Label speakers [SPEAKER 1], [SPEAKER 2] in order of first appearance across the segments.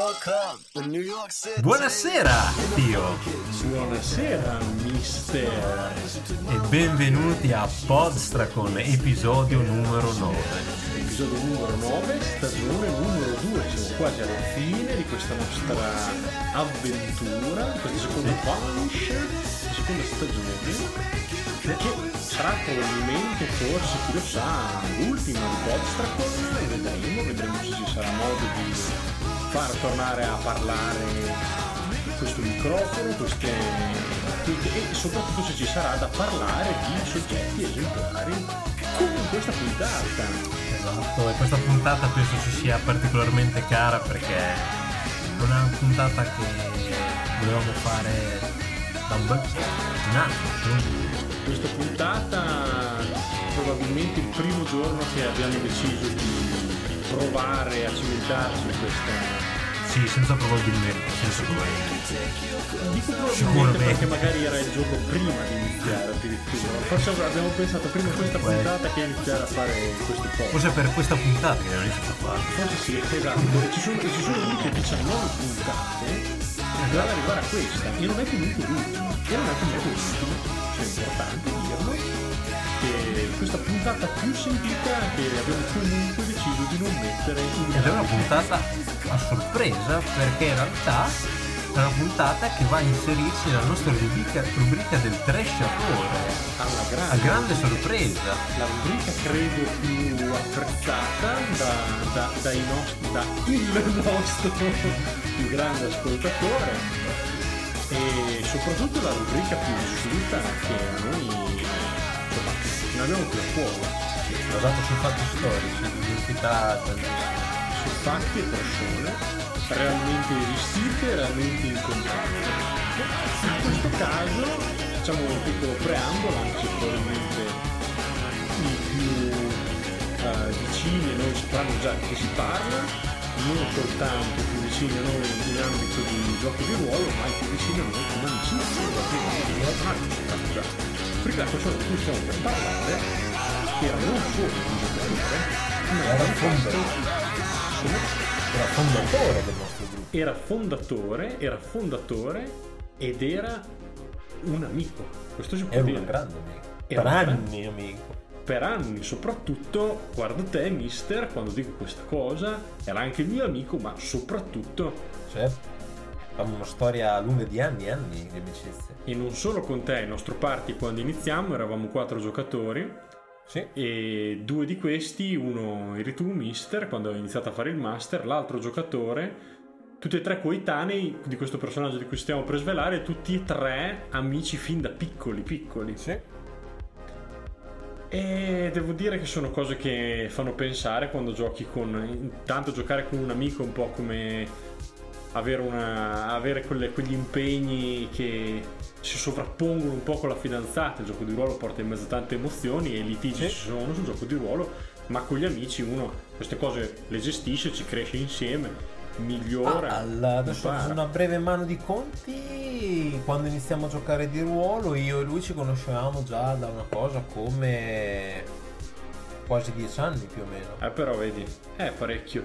[SPEAKER 1] Buonasera, Tio.
[SPEAKER 2] Buonasera, mister.
[SPEAKER 1] E benvenuti a Podstracon, episodio numero 9.
[SPEAKER 2] Episodio numero 9, stagione numero 2. Siamo quasi alla fine di questa nostra avventura, questa seconda publisher, la seconda stagione, che sarà probabilmente, forse, chi lo sa, l'ultima di Podstracon. Vedremo se ci sarà modo di far tornare a parlare questo microfono, e soprattutto se ci sarà da parlare di soggetti esemplari come in questa puntata.
[SPEAKER 1] Esatto, e questa puntata penso ci sia particolarmente cara perché è una puntata che volevamo fare da un bel po', un anno.
[SPEAKER 2] Questa puntata probabilmente il primo giorno che abbiamo deciso di provare a cimentarci in questa.
[SPEAKER 1] Sì, senza probabilmente.
[SPEAKER 2] Dico probabilmente perché magari era il gioco prima di iniziare addirittura. Forse abbiamo pensato prima a questa puntata che iniziare a fare questi podcast.
[SPEAKER 1] Forse per questa puntata che abbiamo iniziato a fare.
[SPEAKER 2] Forse sì, esatto. Ci sono l'uniche 19 puntate per arrivare a questa. E non è comunque l'ultima. Cioè, è importante dirlo. Che questa puntata più sentita che abbiamo comunque deciso di non mettere in.
[SPEAKER 1] Ed è una puntata a sorpresa perché in realtà è una puntata che va a inserirsi nella nostra rubrica del trashatore.
[SPEAKER 2] Alla
[SPEAKER 1] a grande sorpresa.
[SPEAKER 2] La rubrica credo più apprezzata da il nostro più grande ascoltatore, e soprattutto la rubrica più vissuta che a noi non abbiamo più a cuore.
[SPEAKER 1] Basato su fatti storici, identità,
[SPEAKER 2] su fatti e persone realmente esistite, realmente incontrate. In questo caso facciamo un piccolo preambolo, anche se probabilmente i più vicini a noi sapranno già di che si parla, non soltanto più vicini a noi in ambito di giochi di ruolo, ma i più vicini a noi come amicizia, perché la persona di cui stiamo per parlare era non solo un giocatore, ma era
[SPEAKER 1] fondatore del nostro gruppo.
[SPEAKER 2] Era fondatore ed era un amico. Questo si può
[SPEAKER 1] era
[SPEAKER 2] dire.
[SPEAKER 1] Un grande amico. Per anni amico.
[SPEAKER 2] Per anni, soprattutto, guarda te, mister, quando dico questa cosa, era anche il mio amico, ma soprattutto.
[SPEAKER 1] Certo. Abbiamo una storia lunga di anni e anni di amicizia.
[SPEAKER 2] E non solo con te, il nostro party quando iniziamo eravamo 4 giocatori.
[SPEAKER 1] Sì.
[SPEAKER 2] E 2 di questi, uno eri tu, mister, quando ho iniziato a fare il master, l'altro giocatore, tutti e 3 coetanei di questo personaggio di cui stiamo per svelare, tutti e 3 amici fin da piccoli.
[SPEAKER 1] Sì.
[SPEAKER 2] E devo dire che sono cose che fanno pensare quando giochi intanto giocare con un amico è un po' come avere quegli impegni che si sovrappongono un po' con la fidanzata. Il gioco di ruolo porta in mezzo tante emozioni e litigi ci sono sul gioco di ruolo, ma con gli amici uno queste cose le gestisce, ci cresce insieme, migliora.
[SPEAKER 1] Adesso una breve mano di conti. Quando iniziamo a giocare di ruolo, io e lui ci conoscevamo già da una cosa come quasi 10 anni più o meno.
[SPEAKER 2] Però vedi, è parecchio.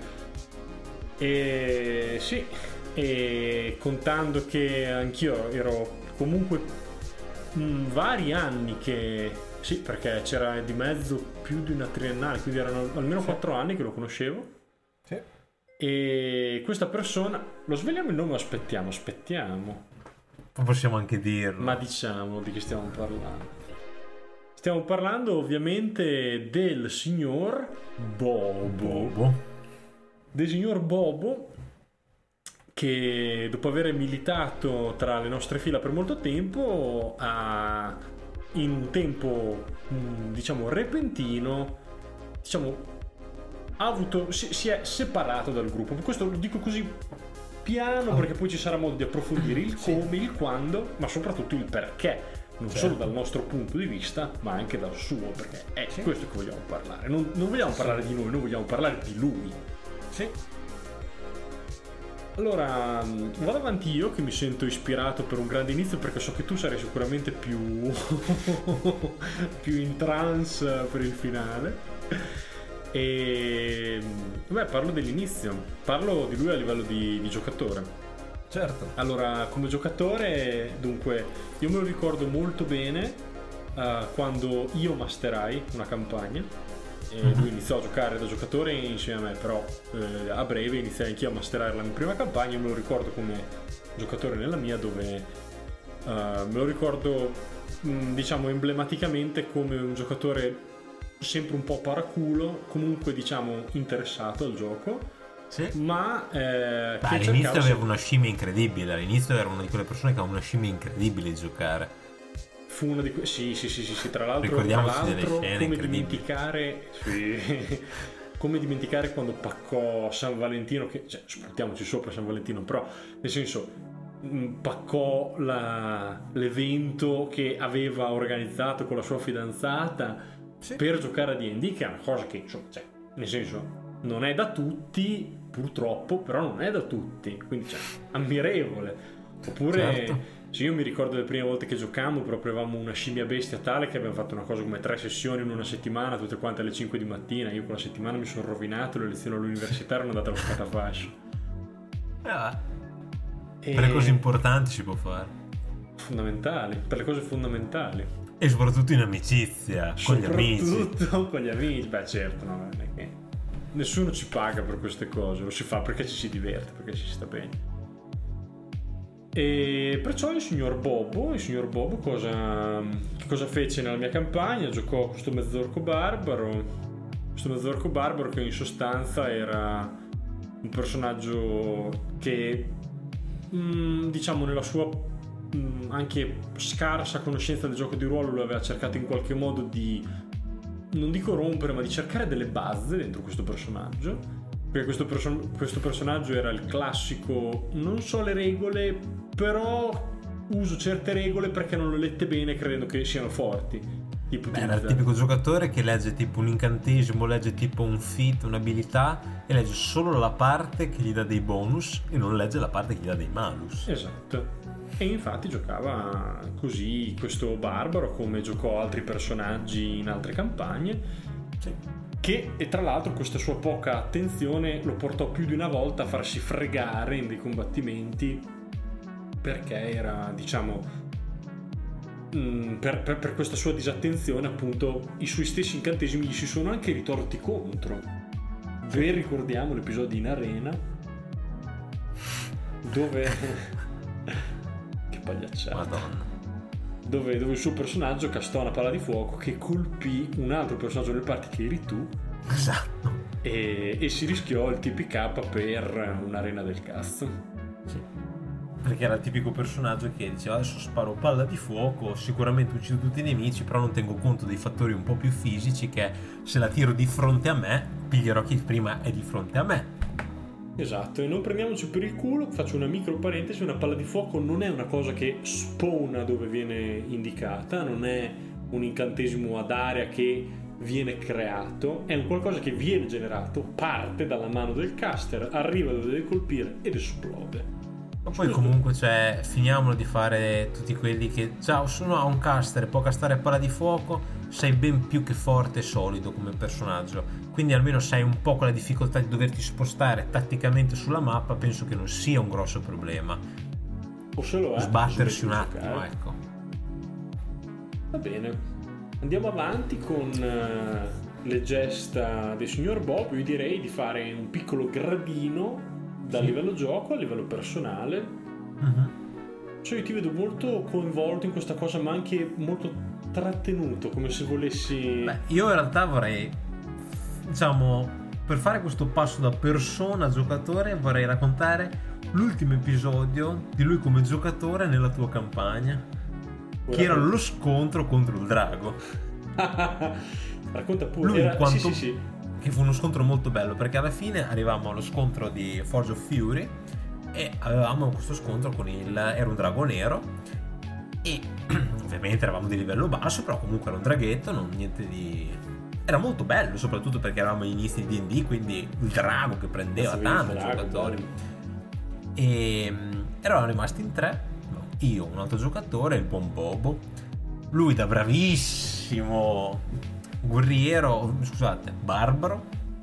[SPEAKER 2] E sì, e contando che anch'io ero comunque vari anni che sì, perché c'era di mezzo più di una triennale, quindi erano almeno 4 anni che lo conoscevo.
[SPEAKER 1] Sì.
[SPEAKER 2] E questa persona, lo sveliamo il nome o aspettiamo?
[SPEAKER 1] Possiamo anche dirlo.
[SPEAKER 2] Ma diciamo di che stiamo parlando. Stiamo parlando ovviamente del signor Bobo. Del signor Bobo, che dopo aver militato tra le nostre fila per molto tempo in un tempo diciamo repentino, diciamo si è separato dal gruppo. Questo lo dico così piano perché poi ci sarà modo di approfondire il come, il quando, ma soprattutto il perché, non solo dal nostro punto di vista ma anche dal suo, perché è questo che vogliamo parlare. Non vogliamo parlare di noi, noi vogliamo parlare di lui.
[SPEAKER 1] Sì.
[SPEAKER 2] Allora vado avanti io, che mi sento ispirato per un grande inizio, perché so che tu sarai sicuramente più in trance per il finale. E beh, parlo dell'inizio, parlo di lui a livello di giocatore.
[SPEAKER 1] Certo.
[SPEAKER 2] Allora, come giocatore, dunque, io me lo ricordo molto bene quando io masterai una campagna e lui iniziò a giocare da giocatore insieme a me, però a breve iniziai anch'io a masterare la mia prima campagna. Io me lo ricordo come giocatore nella mia, dove me lo ricordo diciamo emblematicamente come un giocatore sempre un po' paraculo, comunque diciamo interessato al gioco.
[SPEAKER 1] Sì.
[SPEAKER 2] Ma
[SPEAKER 1] all'inizio aveva una scimmia incredibile. All'inizio era una di quelle persone che aveva una scimmia incredibile di giocare.
[SPEAKER 2] Fu una di quelle. Sì, tra l'altro.
[SPEAKER 1] Ricordiamoci delle scene
[SPEAKER 2] come
[SPEAKER 1] incredibili.
[SPEAKER 2] Come dimenticare quando paccò San Valentino, che cioè, spustiamoci sopra San Valentino, però nel senso paccò l'evento che aveva organizzato con la sua fidanzata per giocare a D&D, che è una cosa che insomma, cioè, nel senso non è da tutti, purtroppo, però non è da tutti, quindi cioè, ammirevole. Oppure
[SPEAKER 1] certo.
[SPEAKER 2] sì, io mi ricordo le prime volte che giocammo, proprio avevamo una scimmia bestia tale che abbiamo fatto una cosa come 3 sessioni in una settimana, tutte quante alle 5 di mattina. Io quella settimana mi sono rovinato, le lezioni all'università erano andate allo scatafascio.
[SPEAKER 1] Per le cose importanti si può fare.
[SPEAKER 2] Fondamentali, per le cose fondamentali.
[SPEAKER 1] E soprattutto in amicizia, con gli amici.
[SPEAKER 2] Soprattutto con gli amici, beh certo, no, non è che nessuno ci paga per queste cose, lo si fa perché ci si diverte, perché ci si sta bene. E perciò il signor Bobo cosa fece nella mia campagna? Giocò questo mezzorco barbaro che in sostanza era un personaggio che diciamo nella sua anche scarsa conoscenza del gioco di ruolo lo aveva cercato in qualche modo di, non dico rompere, ma di cercare delle base dentro questo personaggio, perché questo personaggio era il classico non so le regole, però uso certe regole perché non le ho lette bene, credendo che siano forti.
[SPEAKER 1] Era il tipico giocatore che legge tipo un incantesimo, legge tipo un feat, un'abilità e legge solo la parte che gli dà dei bonus e non legge la parte che gli dà dei malus.
[SPEAKER 2] Esatto. E infatti giocava così questo barbaro, come giocò altri personaggi in altre campagne.
[SPEAKER 1] Sì.
[SPEAKER 2] E tra l'altro questa sua poca attenzione lo portò più di una volta a farsi fregare in dei combattimenti, perché era, diciamo, per questa sua disattenzione, appunto, i suoi stessi incantesimi gli si sono anche ritorti contro. Ve ricordiamo l'episodio in arena dove che pagliacciata,
[SPEAKER 1] Madonna.
[SPEAKER 2] dove il suo personaggio castò una palla di fuoco che colpì un altro personaggio del party che eri tu.
[SPEAKER 1] Esatto.
[SPEAKER 2] E si rischiò il TPK per un'arena del cazzo.
[SPEAKER 1] Sì. Perché era il tipico personaggio che diceva adesso sparo palla di fuoco, sicuramente uccido tutti i nemici, però non tengo conto dei fattori un po' più fisici, che se la tiro di fronte a me piglierò chi prima è di fronte a me.
[SPEAKER 2] Esatto, e non prendiamoci per il culo. Faccio una micro parentesi: una palla di fuoco non è una cosa che spawna dove viene indicata, non è un incantesimo ad area che viene creato, è un qualcosa che viene generato, parte dalla mano del caster, arriva dove deve colpire ed esplode.
[SPEAKER 1] Ma poi comunque, cioè, finiamolo di fare tutti quelli che già sono a un caster, può castare palla di fuoco, sei ben più che forte e solido come personaggio, quindi almeno sai un po' con la difficoltà di doverti spostare tatticamente sulla mappa, penso che non sia un grosso problema.
[SPEAKER 2] O se lo è,
[SPEAKER 1] sbattersi un attimo, ecco.
[SPEAKER 2] Va bene, andiamo avanti con le gesta del signor Bob. Io direi di fare un piccolo gradino dal livello gioco a livello personale. Cioè io ti vedo molto coinvolto in questa cosa, ma anche molto trattenuto, come se volessi...
[SPEAKER 1] Beh, io in realtà vorrei, diciamo, per fare questo passo da persona a giocatore, vorrei raccontare l'ultimo episodio di lui come giocatore nella tua campagna, che era lo scontro contro il drago.
[SPEAKER 2] Racconta pure.
[SPEAKER 1] Lui quanto...
[SPEAKER 2] Sì.
[SPEAKER 1] Che fu uno scontro molto bello, perché alla fine arrivavamo allo scontro di Forge of Fury e avevamo questo scontro con era un drago nero e ovviamente eravamo di livello basso, però comunque era un draghetto, non niente di... Era molto bello, soprattutto perché eravamo agli inizi di D&D, quindi il drago che prendeva tanti giocatori. E eravamo rimasti in 3, io, un altro giocatore, il buon Bobo, lui da bravissimo guerriero, scusate, barbaro,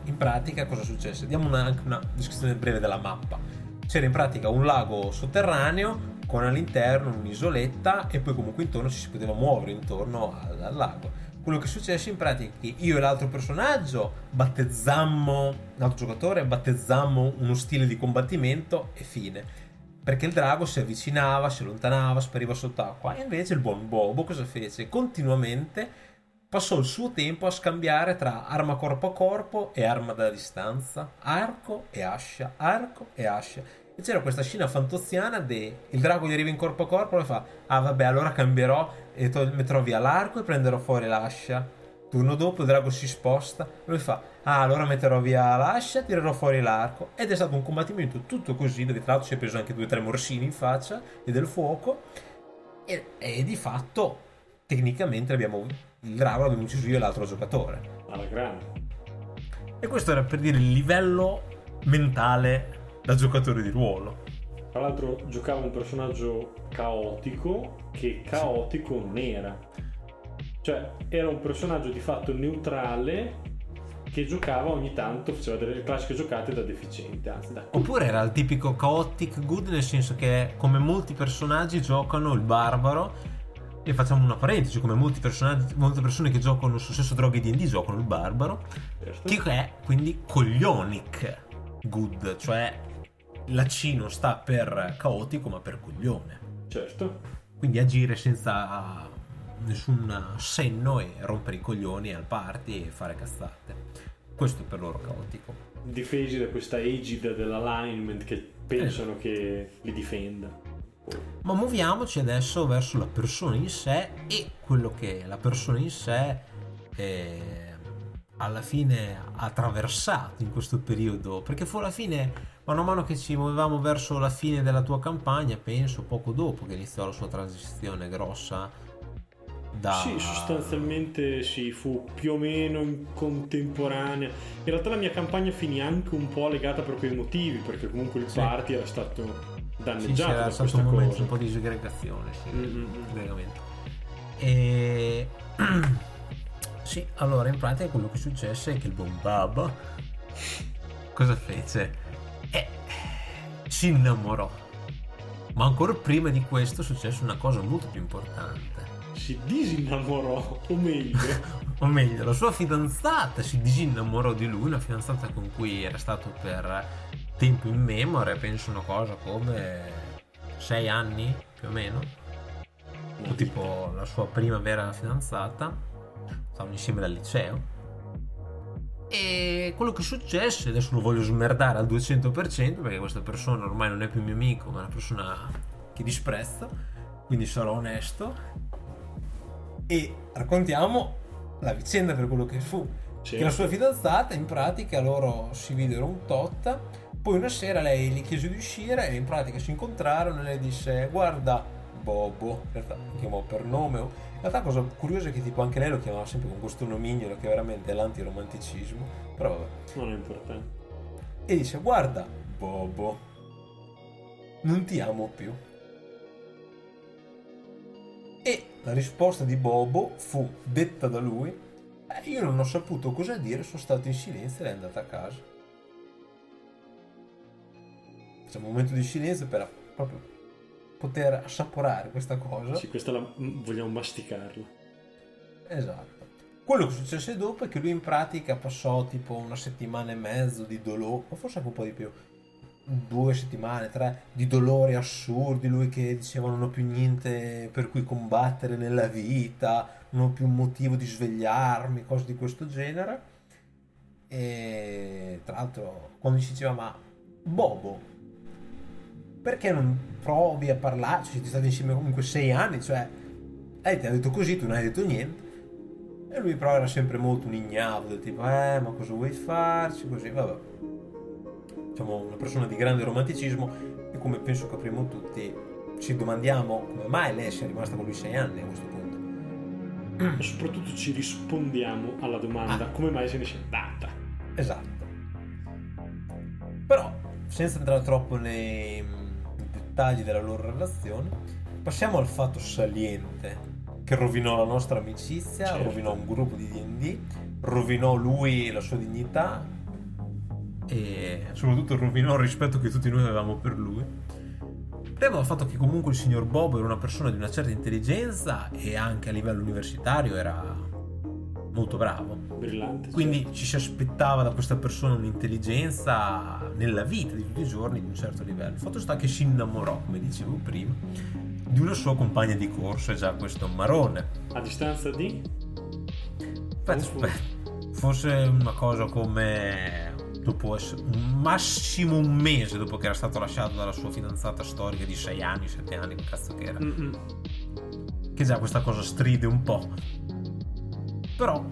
[SPEAKER 1] in pratica cosa successe? Diamo anche una descrizione breve della mappa. C'era in pratica un lago sotterraneo con all'interno un'isoletta e poi comunque intorno ci si poteva muovere intorno al lago. Quello che successe in pratica è che io e l'altro personaggio l'altro giocatore battezzammo uno stile di combattimento e fine, perché il drago si avvicinava, si allontanava, spariva sott'acqua, e invece il buon Bobo cosa fece? Continuamente passò il suo tempo a scambiare tra arma corpo a corpo e arma da distanza, arco e ascia, arco e ascia. E c'era questa scena fantoziana il drago gli arriva in corpo a corpo e fa: ah vabbè, allora cambierò e metterò via l'arco e prenderò fuori l'ascia. Turno dopo il drago si sposta, lui fa: ah, allora metterò via l'ascia, tirerò fuori l'arco. Ed è stato un combattimento tutto così, dove tra l'altro si è preso anche 2 o 3 morsini in faccia e del fuoco, e di fatto tecnicamente il drago l'abbiamo ucciso io e l'altro giocatore
[SPEAKER 2] alla grande.
[SPEAKER 1] E questo era per dire il livello mentale da giocatore di ruolo.
[SPEAKER 2] Tra l'altro giocava un personaggio caotico che caotico non era, cioè era un personaggio di fatto neutrale che giocava ogni tanto, faceva delle classiche giocate da deficiente, anzi
[SPEAKER 1] oppure era il tipico chaotic good, nel senso che come molti personaggi giocano il barbaro, e facciamo una parentesi, come molte persone che giocano su stesso droghe D&D giocano il barbaro, certo. Che è quindi coglionic good, cioè la C non sta per caotico ma per coglione,
[SPEAKER 2] certo,
[SPEAKER 1] quindi agire senza nessun senno e rompere i coglioni al party e fare cazzate. Questo è per loro caotico,
[SPEAKER 2] difesi da questa egida dell'alignment che pensano che li difenda.
[SPEAKER 1] Ma muoviamoci adesso verso la persona in sé e quello che la persona in sé alla fine ha attraversato in questo periodo, perché fu alla fine, mano a mano che ci muovevamo verso la fine della tua campagna, penso poco dopo che iniziò la sua transizione grossa
[SPEAKER 2] Sì, sostanzialmente sì, fu più o meno in contemporanea. In realtà la mia campagna finì anche un po' legata proprio ai motivi, perché comunque il party era stato danneggiato
[SPEAKER 1] c'era stato un momento un po' di segregazione, segregamento. E sì, allora in pratica quello che successe è che il buon Baba cosa fece? Si innamorò, ma ancora prima di questo successe una cosa molto più importante.
[SPEAKER 2] Si disinnamorò, o meglio
[SPEAKER 1] la sua fidanzata si disinnamorò di lui, una fidanzata con cui era stato per tempo immemore, penso una cosa come 6 anni più o meno, o tipo la sua prima vera fidanzata, stavano insieme dal liceo. E quello che successe, adesso lo voglio smerdare al 200% perché questa persona ormai non è più mio amico ma è una persona che disprezzo, quindi sarò onesto e raccontiamo la vicenda per quello che fu. Che la sua fidanzata, in pratica, loro si videro un tot, poi una sera lei gli chiese di uscire e in pratica si incontrarono e lei disse: guarda Bobo, in realtà mi chiamò per nome. In realtà cosa curiosa è che tipo anche lei lo chiamava sempre con questo nomignolo che veramente è l'antiromanticismo, però vabbè,
[SPEAKER 2] non è importante.
[SPEAKER 1] E dice: guarda Bobo, non ti amo più. E la risposta di Bobo fu detta da lui: io non ho saputo cosa dire, sono stato in silenzio e lei è andata a casa. Facciamo un momento di silenzio per proprio poter assaporare questa cosa.
[SPEAKER 2] Sì, questa vogliamo masticarla.
[SPEAKER 1] Esatto. Quello che successe dopo è che lui in pratica passò tipo 1 settimana e mezzo di dolore, o forse anche un po' di più, 2 settimane, 3, di dolori assurdi, lui che diceva non ho più niente per cui combattere nella vita, non ho più un motivo di svegliarmi, cose di questo genere. E tra l'altro quando ci diceva: ma Bobo, perché non provi a parlare? Cioè, siete stati insieme comunque 6 anni, cioè lei ti ha detto così, tu non hai detto niente. E lui però era sempre molto un ignavo, del tipo ma cosa vuoi farci, così, vabbè. Diciamo una persona di grande romanticismo, e come penso capiremo tutti ci domandiamo come mai lei sia rimasta con lui 6 anni a questo punto.
[SPEAKER 2] E soprattutto ci rispondiamo alla domanda: come mai se ne sia andata?
[SPEAKER 1] Esatto. Però senza entrare troppo nei dettagli della loro relazione, passiamo al fatto saliente che rovinò la nostra amicizia, certo. Rovinò un gruppo di D&D, rovinò lui e la sua dignità, e soprattutto rovinò il rispetto che tutti noi avevamo per lui. Prima il fatto che comunque il signor Bobo era una persona di una certa intelligenza e anche a livello universitario era molto bravo,
[SPEAKER 2] brillante,
[SPEAKER 1] quindi
[SPEAKER 2] certo.
[SPEAKER 1] ci si aspettava da questa persona un'intelligenza nella vita di tutti i giorni di un certo livello. Il fatto sta che si innamorò, come dicevo prima, di una sua compagna di corso, e già questo è un marone.
[SPEAKER 2] A distanza di?
[SPEAKER 1] Aspetta, forse una cosa come dopo massimo un mese dopo che era stato lasciato dalla sua fidanzata storica di 6 anni, 7 anni, che cazzo che era. Che già questa cosa stride un po'. Però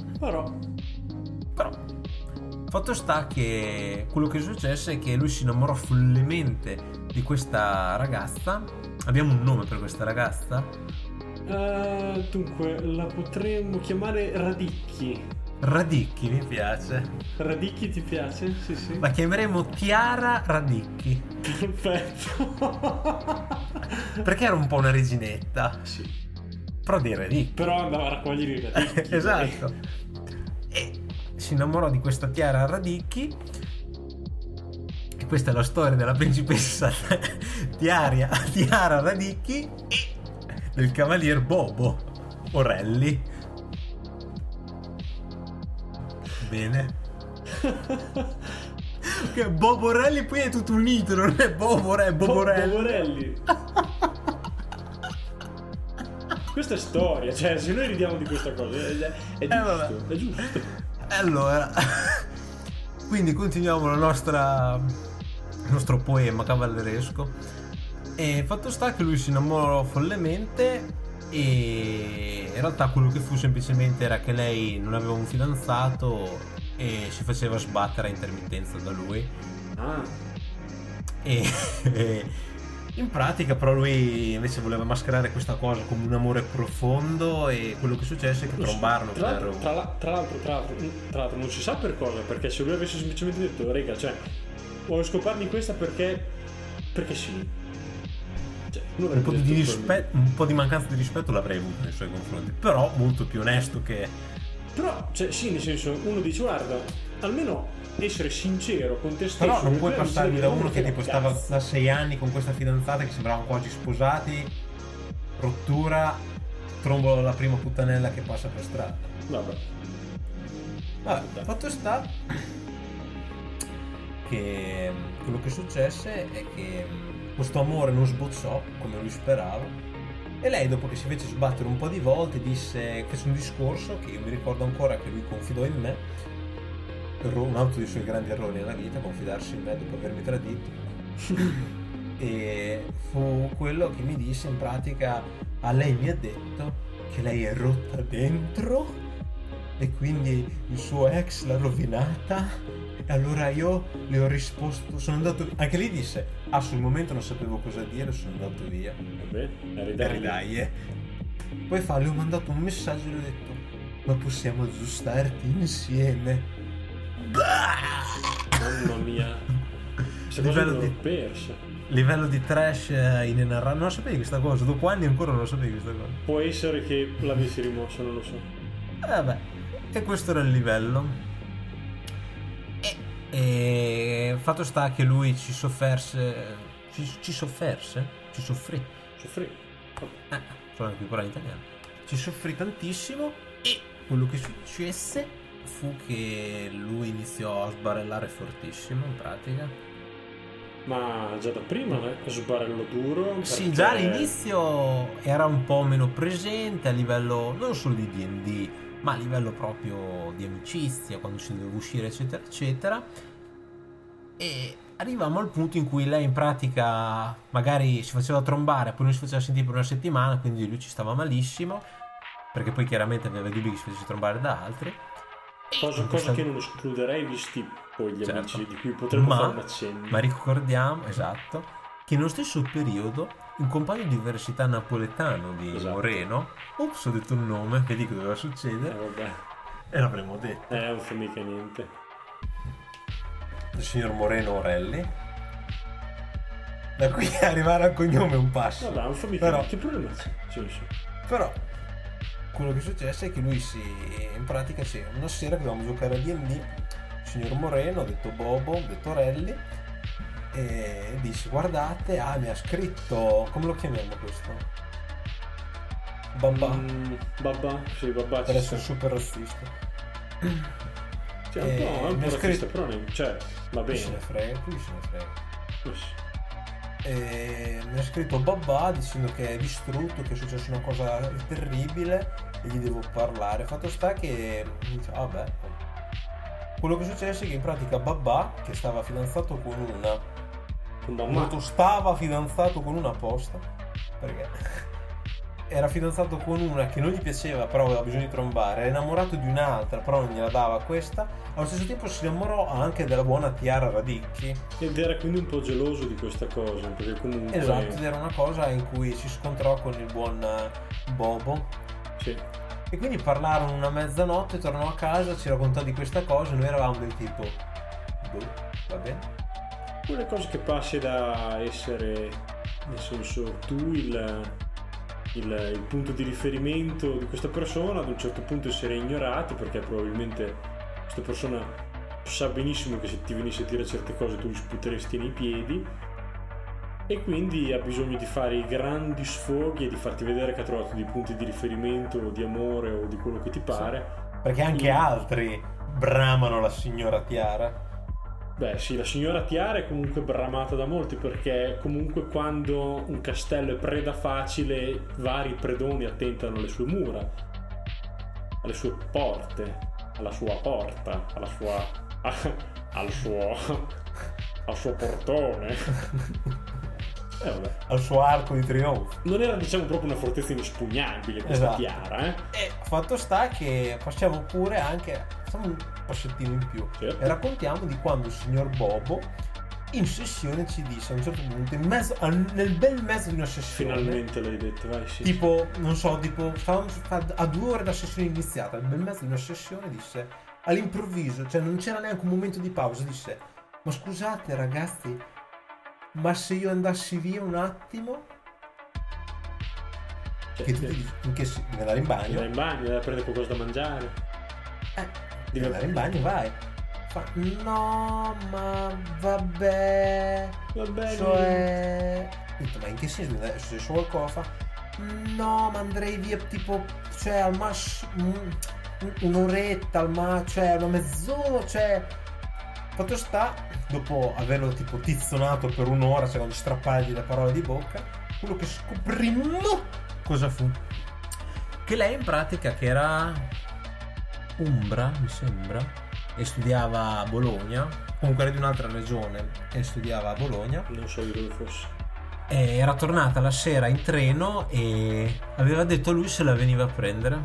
[SPEAKER 1] fatto sta che quello che successe è che lui si innamorò follemente di questa ragazza. Abbiamo un nome per questa ragazza?
[SPEAKER 2] Dunque la potremmo chiamare Radicchi.
[SPEAKER 1] Radicchi, mi piace.
[SPEAKER 2] Radicchi ti piace? Sì.
[SPEAKER 1] La chiameremo Chiara Radicchi.
[SPEAKER 2] Perfetto.
[SPEAKER 1] Perché era un po' una reginetta.
[SPEAKER 2] Sì.
[SPEAKER 1] Però di Radicchi.
[SPEAKER 2] Però andava a raccogliere i Radicchi.
[SPEAKER 1] Esatto. E si innamorò di questa Chiara Radicchi. E questa è la storia della principessa Chiara Radicchi e del cavalier Bobo Orelli. Bene. Che Bobo Orelli poi è tutto unito, non è Bobo Orelli.
[SPEAKER 2] Questa è storia, cioè se noi ridiamo di questa cosa è giusto, è giusto.
[SPEAKER 1] Allora, quindi continuiamo il nostro poema cavalleresco. E fatto sta che lui si innamorò follemente e in realtà quello che fu semplicemente era che lei non aveva un fidanzato e si faceva sbattere a intermittenza da lui. E in pratica però lui invece voleva mascherare questa cosa come un amore profondo e quello che successe è che trombarono
[SPEAKER 2] tra l'altro non si sa per cosa, perché se lui avesse semplicemente detto rega, cioè voglio scoparmi questa perché sì, cioè,
[SPEAKER 1] un po' di mancanza di rispetto l'avrei avuto nei suoi confronti, però molto più onesto che...
[SPEAKER 2] Però, cioè, sì, nel senso, uno dice, guarda, almeno essere sincero con te stesso.
[SPEAKER 1] Però non puoi passarmi da uno che tipo stava da 6 anni con questa fidanzata che sembravano quasi sposati, rottura, trombolo alla prima puttanella che passa per strada. Vabbè, fatto sta che quello che successe è che questo amore non sbozzò come lui sperava e lei, dopo che si fece sbattere un po' di volte, fece un discorso che io mi ricordo ancora, che lui confidò in me, un altro dei suoi grandi errori nella vita, confidarsi in me dopo avermi tradito. E fu quello che mi disse in pratica: a lei mi ha detto che lei è rotta dentro e quindi il suo ex l'ha rovinata. E allora io le ho risposto, sono andato, anche lei disse, sul momento non sapevo cosa dire, sono andato via.
[SPEAKER 2] Vabbè,
[SPEAKER 1] ridai. Poi le ho mandato un messaggio e le ho detto: ma possiamo aggiustarti insieme?
[SPEAKER 2] Mamma mia,
[SPEAKER 1] livello di trash inenarrabile. Non sapevi questa cosa? Dopo anni ancora non lo sapevi questa cosa?
[SPEAKER 2] Può essere che l'avessi rimosso, non lo so.
[SPEAKER 1] Vabbè, e questo era il livello. E fatto sta che lui ci soffrì. Sono qui in italiano. Ci soffrì tantissimo e quello che successe fu che lui iniziò a sbarellare fortissimo in pratica.
[SPEAKER 2] Ma già da prima sbarello duro? Perché...
[SPEAKER 1] Sì, già all'inizio era un po' meno presente a livello non solo di D&D, ma a livello proprio di amicizia, quando si doveva uscire eccetera eccetera. E arrivavamo al punto in cui lei in pratica magari si faceva trombare, poi non si faceva sentire per una settimana, quindi lui ci stava malissimo, perché poi chiaramente aveva dubbi che si facesse trombare da altri.
[SPEAKER 2] Cosa che non escluderei visti poi gli amici di cui potremmo fare un accenno.
[SPEAKER 1] Ma ricordiamo, esatto, che nello stesso periodo un compagno di università napoletano di Moreno, ho detto il nome, vedi che doveva succedere, e l'avremmo detto.
[SPEAKER 2] Non fa mica niente.
[SPEAKER 1] Il signor Moreno Orelli, da qui arrivare al cognome è un passo.
[SPEAKER 2] Vabbè, non fa mica niente. Che problema c'è?
[SPEAKER 1] Però quello che successe è che lui in pratica una sera che dovevamo giocare a D&D, si signor Moreno, detto Bobo, detto Relli, e dice guardate, mi ha scritto, come lo chiamiamo questo? Babà.
[SPEAKER 2] Babà, sì, Babà.
[SPEAKER 1] Per essere super razzista.
[SPEAKER 2] Cioè, un po' razzista, però cioè, va bene.
[SPEAKER 1] Qui se ne frega. Mi ha scritto Babà dicendo che è distrutto, che è successa una cosa terribile e gli devo parlare. Fatto sta che dice, vabbè, quello che successe è che in pratica Babà, che stava fidanzato con una posta, perché era fidanzato con una che non gli piaceva però aveva bisogno di trombare, era innamorato di un'altra però non gliela dava questa, allo stesso tempo si innamorò anche della buona Tiara Radicchi
[SPEAKER 2] ed era quindi un po' geloso di questa cosa, perché comunque
[SPEAKER 1] esatto, era una cosa in cui si scontrò con il buon Bobo.
[SPEAKER 2] Sì.
[SPEAKER 1] E quindi parlarono una mezzanotte, tornò a casa, ci raccontò di questa cosa, noi eravamo del tipo va bene,
[SPEAKER 2] quelle cose che passi da essere, nel senso, tu il punto di riferimento di questa persona, ad un certo punto essere ignorato perché probabilmente questa persona sa benissimo che se ti venisse a dire certe cose tu gli sputeresti nei piedi, e quindi ha bisogno di fare i grandi sfoghi e di farti vedere che ha trovato dei punti di riferimento o di amore o di quello che ti pare,
[SPEAKER 1] sì, perché anche altri bramano la signora Tiara.
[SPEAKER 2] Beh sì, la signora Tiara è comunque bramata da molti, perché comunque quando un castello è preda facile vari predoni attentano alle sue mura, alle sue porte, alla sua porta, al suo portone. Vabbè.
[SPEAKER 1] Al suo arco di trionfo.
[SPEAKER 2] Non era, diciamo, proprio una fortezza inespugnabile questa, esatto. Tiara,
[SPEAKER 1] E fatto sta che facciamo pure anche, facciamo un passettino in più, certo. E raccontiamo di quando il signor Bobo in sessione ci disse a un certo punto, nel bel mezzo di una sessione,
[SPEAKER 2] finalmente l'hai detto, vai, sì,
[SPEAKER 1] tipo sì. Non so, tipo stavamo a 2 ore da sessione iniziata, nel bel mezzo di una sessione disse all'improvviso, cioè non c'era neanche un momento di pausa, disse: ma scusate ragazzi, ma se io andassi via un attimo,
[SPEAKER 2] cioè,
[SPEAKER 1] che tu dici, devi andare in bagno,
[SPEAKER 2] devi prendere qualcosa da mangiare,
[SPEAKER 1] devi andare in bagno, vai. Fa, no, ma vabbè, cioè, ma in che senso? Se c'è qualcosa, fa, no, ma andrei via tipo, cioè al massimo un'oretta, cioè una mezz'ora, cioè. Fatto sta, dopo averlo tipo tizzonato per un'ora, cioè quando strappargli le parole di bocca, quello che scoprimmo cosa fu? Che lei in pratica, che era umbra, mi sembra, e studiava a Bologna, comunque era di un'altra regione e studiava a Bologna.
[SPEAKER 2] Non so di dove fosse.
[SPEAKER 1] E era tornata la sera in treno e aveva detto a lui se la veniva a prendere.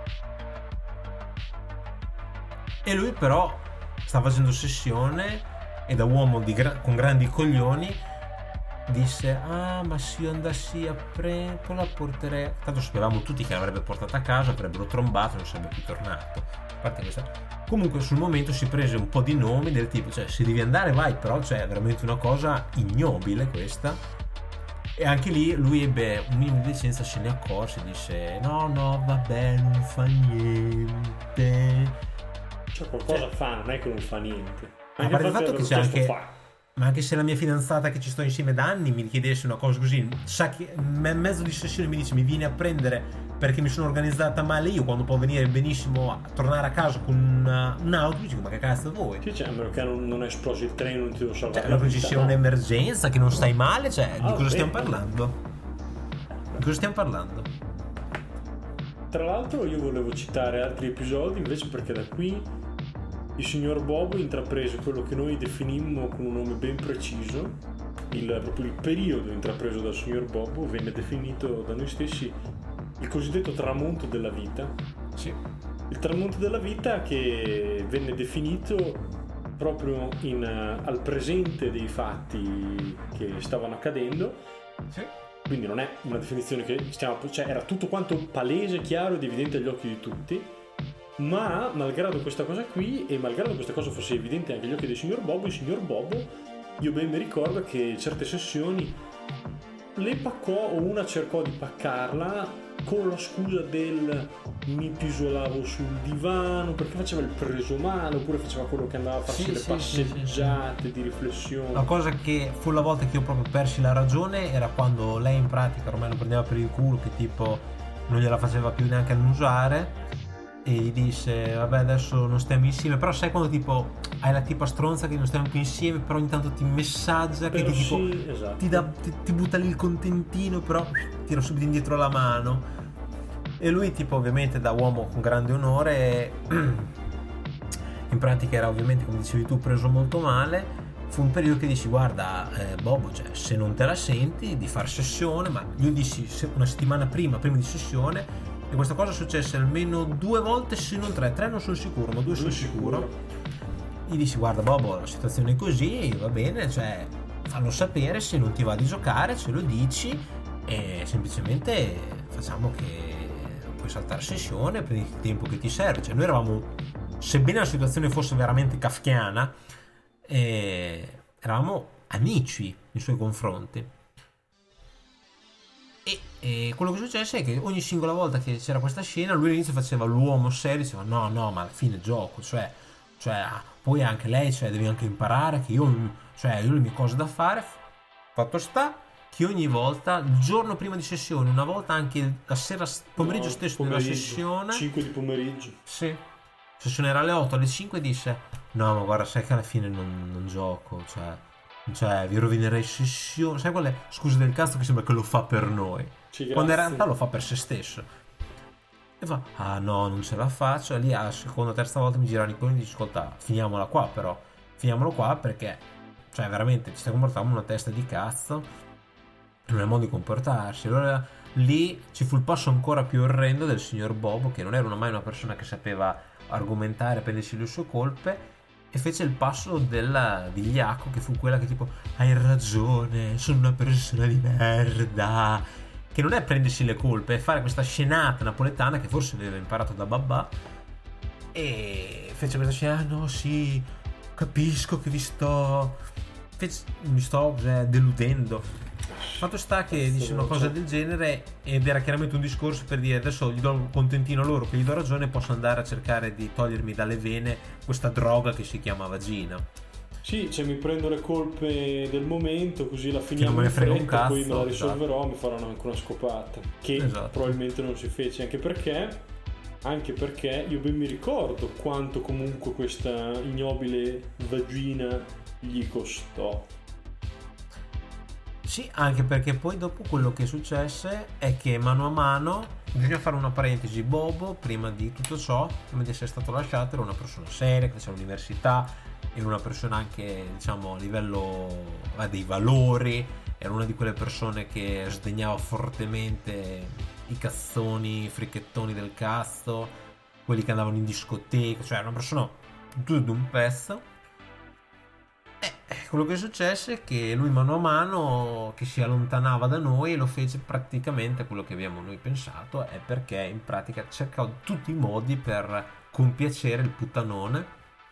[SPEAKER 1] E lui però stava facendo sessione e da uomo con grandi coglioni disse: ma se io andassi a poi la porterei, tanto sapevamo tutti che l'avrebbe portata a casa, avrebbero trombato, non sarebbe più tornato. A parte questa, comunque sul momento si prese un po' di nomi del tipo, cioè se devi andare vai, però cioè è veramente una cosa ignobile questa. E anche lì lui ebbe un minimo di decenza, se ne accorse e disse: no vabbè, non fa niente.
[SPEAKER 2] Cioè qualcosa fa, non è che non fa niente.
[SPEAKER 1] Ma a parte il fatto che c'è anche, ma anche se la mia fidanzata che ci sto insieme da anni mi chiedesse una cosa così, sa che in mezzo di sessione mi dice: mi vieni a prendere perché mi sono organizzata male io, quando può venire benissimo a tornare a casa con un auto, dico: ma che cazzo vuoi?
[SPEAKER 2] Sì, cioè, a meno che non è esploso il treno, non ti devo salvare.
[SPEAKER 1] Cioè, ci sia un'emergenza, che non stai male, cioè di cosa stiamo parlando? Di cosa stiamo parlando?
[SPEAKER 2] Tra l'altro io volevo citare altri episodi invece, perché da qui il signor Bobo intraprese quello che noi definimmo con un nome ben preciso, proprio il periodo intrapreso dal signor Bobo venne definito da noi stessi il cosiddetto tramonto della vita.
[SPEAKER 1] Sì.
[SPEAKER 2] Il tramonto della vita che venne definito proprio al presente dei fatti che stavano accadendo.
[SPEAKER 1] Sì.
[SPEAKER 2] Quindi non è una definizione che cioè era tutto quanto palese, chiaro ed evidente agli occhi di tutti. Ma malgrado questa cosa qui, e malgrado questa cosa fosse evidente anche agli occhi del signor Bobo, il signor Bobo, io ben mi ricordo che certe sessioni le paccò, o una cercò di paccarla, con la scusa del mi pisolavo sul divano, perché faceva il preso male, oppure faceva quello che andava a farsi le passeggiate di riflessione.
[SPEAKER 1] La cosa che fu la volta che io proprio persi la ragione era quando lei in pratica ormai lo prendeva per il culo, che tipo non gliela faceva più neanche annusare, e gli disse vabbè adesso non stiamo insieme, però sai quando tipo hai la tipa stronza che non stiamo più insieme però ogni tanto ti messaggia, però che ti, tipo,
[SPEAKER 2] sì, esatto.
[SPEAKER 1] ti butta lì il contentino però tira subito indietro la mano, e lui tipo ovviamente da uomo con grande onore in pratica era ovviamente come dicevi tu preso molto male. Fu un periodo che dissi guarda Bobo, cioè, se non te la senti di far sessione, ma io dissi una settimana prima di sessione, e questa cosa successe almeno 2 volte se non 3 non sono sicuro ma 2 sono sicuro. Gli dissi guarda Bobo, la situazione è così, va bene, cioè fallo sapere, se non ti va di giocare ce lo dici e semplicemente facciamo che puoi saltare sessione, prendi il tempo che ti serve. Cioè noi eravamo, sebbene la situazione fosse veramente kafkiana, eravamo amici nei suoi confronti, e quello che successe è che ogni singola volta che c'era questa scena lui all'inizio faceva l'uomo serio, diceva no ma alla fine gioco, cioè poi anche lei, cioè devi anche imparare che io ho le mie cose da fare. Fatto sta che ogni volta, il giorno prima di sessione, una volta anche la sera, pomeriggio stesso della sessione,
[SPEAKER 2] 5 di pomeriggio,
[SPEAKER 1] sì, sessione era alle 8, alle 5, disse no ma guarda sai che alla fine non gioco, cioè vi rovinerei sessione, sai quelle scuse del cazzo che sembra che lo fa per noi, quando in realtà lo fa per se stesso, e fa ah no non ce la faccio, e lì alla seconda o terza volta mi girano i coglioni e dice ascolta finiamolo qua perché cioè veramente ci stiamo comportando una testa di cazzo, non è il modo di comportarsi. Allora lì ci fu il passo ancora più orrendo del signor Bobo, che non era mai una persona che sapeva argomentare, prendersi le sue colpe, e fece il passo del vigliacco, che fu quella che tipo hai ragione, sono una persona di merda, che non è prendersi le colpe, è fare questa scenata napoletana che forse aveva imparato da babà, e fece questa scena no sì capisco che mi sto deludendo. Fatto sta che disse una cosa del genere ed era chiaramente un discorso per dire adesso gli do un contentino loro che gli do ragione, posso andare a cercare di togliermi dalle vene questa droga che si chiama vagina.
[SPEAKER 2] Sì, cioè mi prendo le colpe del momento, così la finiamo
[SPEAKER 1] non me ne frega un cazzo,
[SPEAKER 2] poi me la risolverò, mi faranno anche una scopata che probabilmente non si fece, anche perché io ben mi ricordo quanto comunque questa ignobile vagina gli costò.
[SPEAKER 1] Sì, anche perché poi dopo quello che successe è che mano a mano, bisogna fare una parentesi, Bobo prima di tutto ciò, prima di essere stato lasciato, era una persona seria che faceva l'università, era una persona anche diciamo a livello dei valori, era una di quelle persone che sdegnava fortemente i cazzoni, i fricchettoni del cazzo, quelli che andavano in discoteca, cioè era una persona tutto d'un pezzo. Quello che successe è che lui mano a mano che si allontanava da noi, e lo fece praticamente quello che abbiamo noi pensato, è perché in pratica cercò tutti i modi per compiacere il puttanone,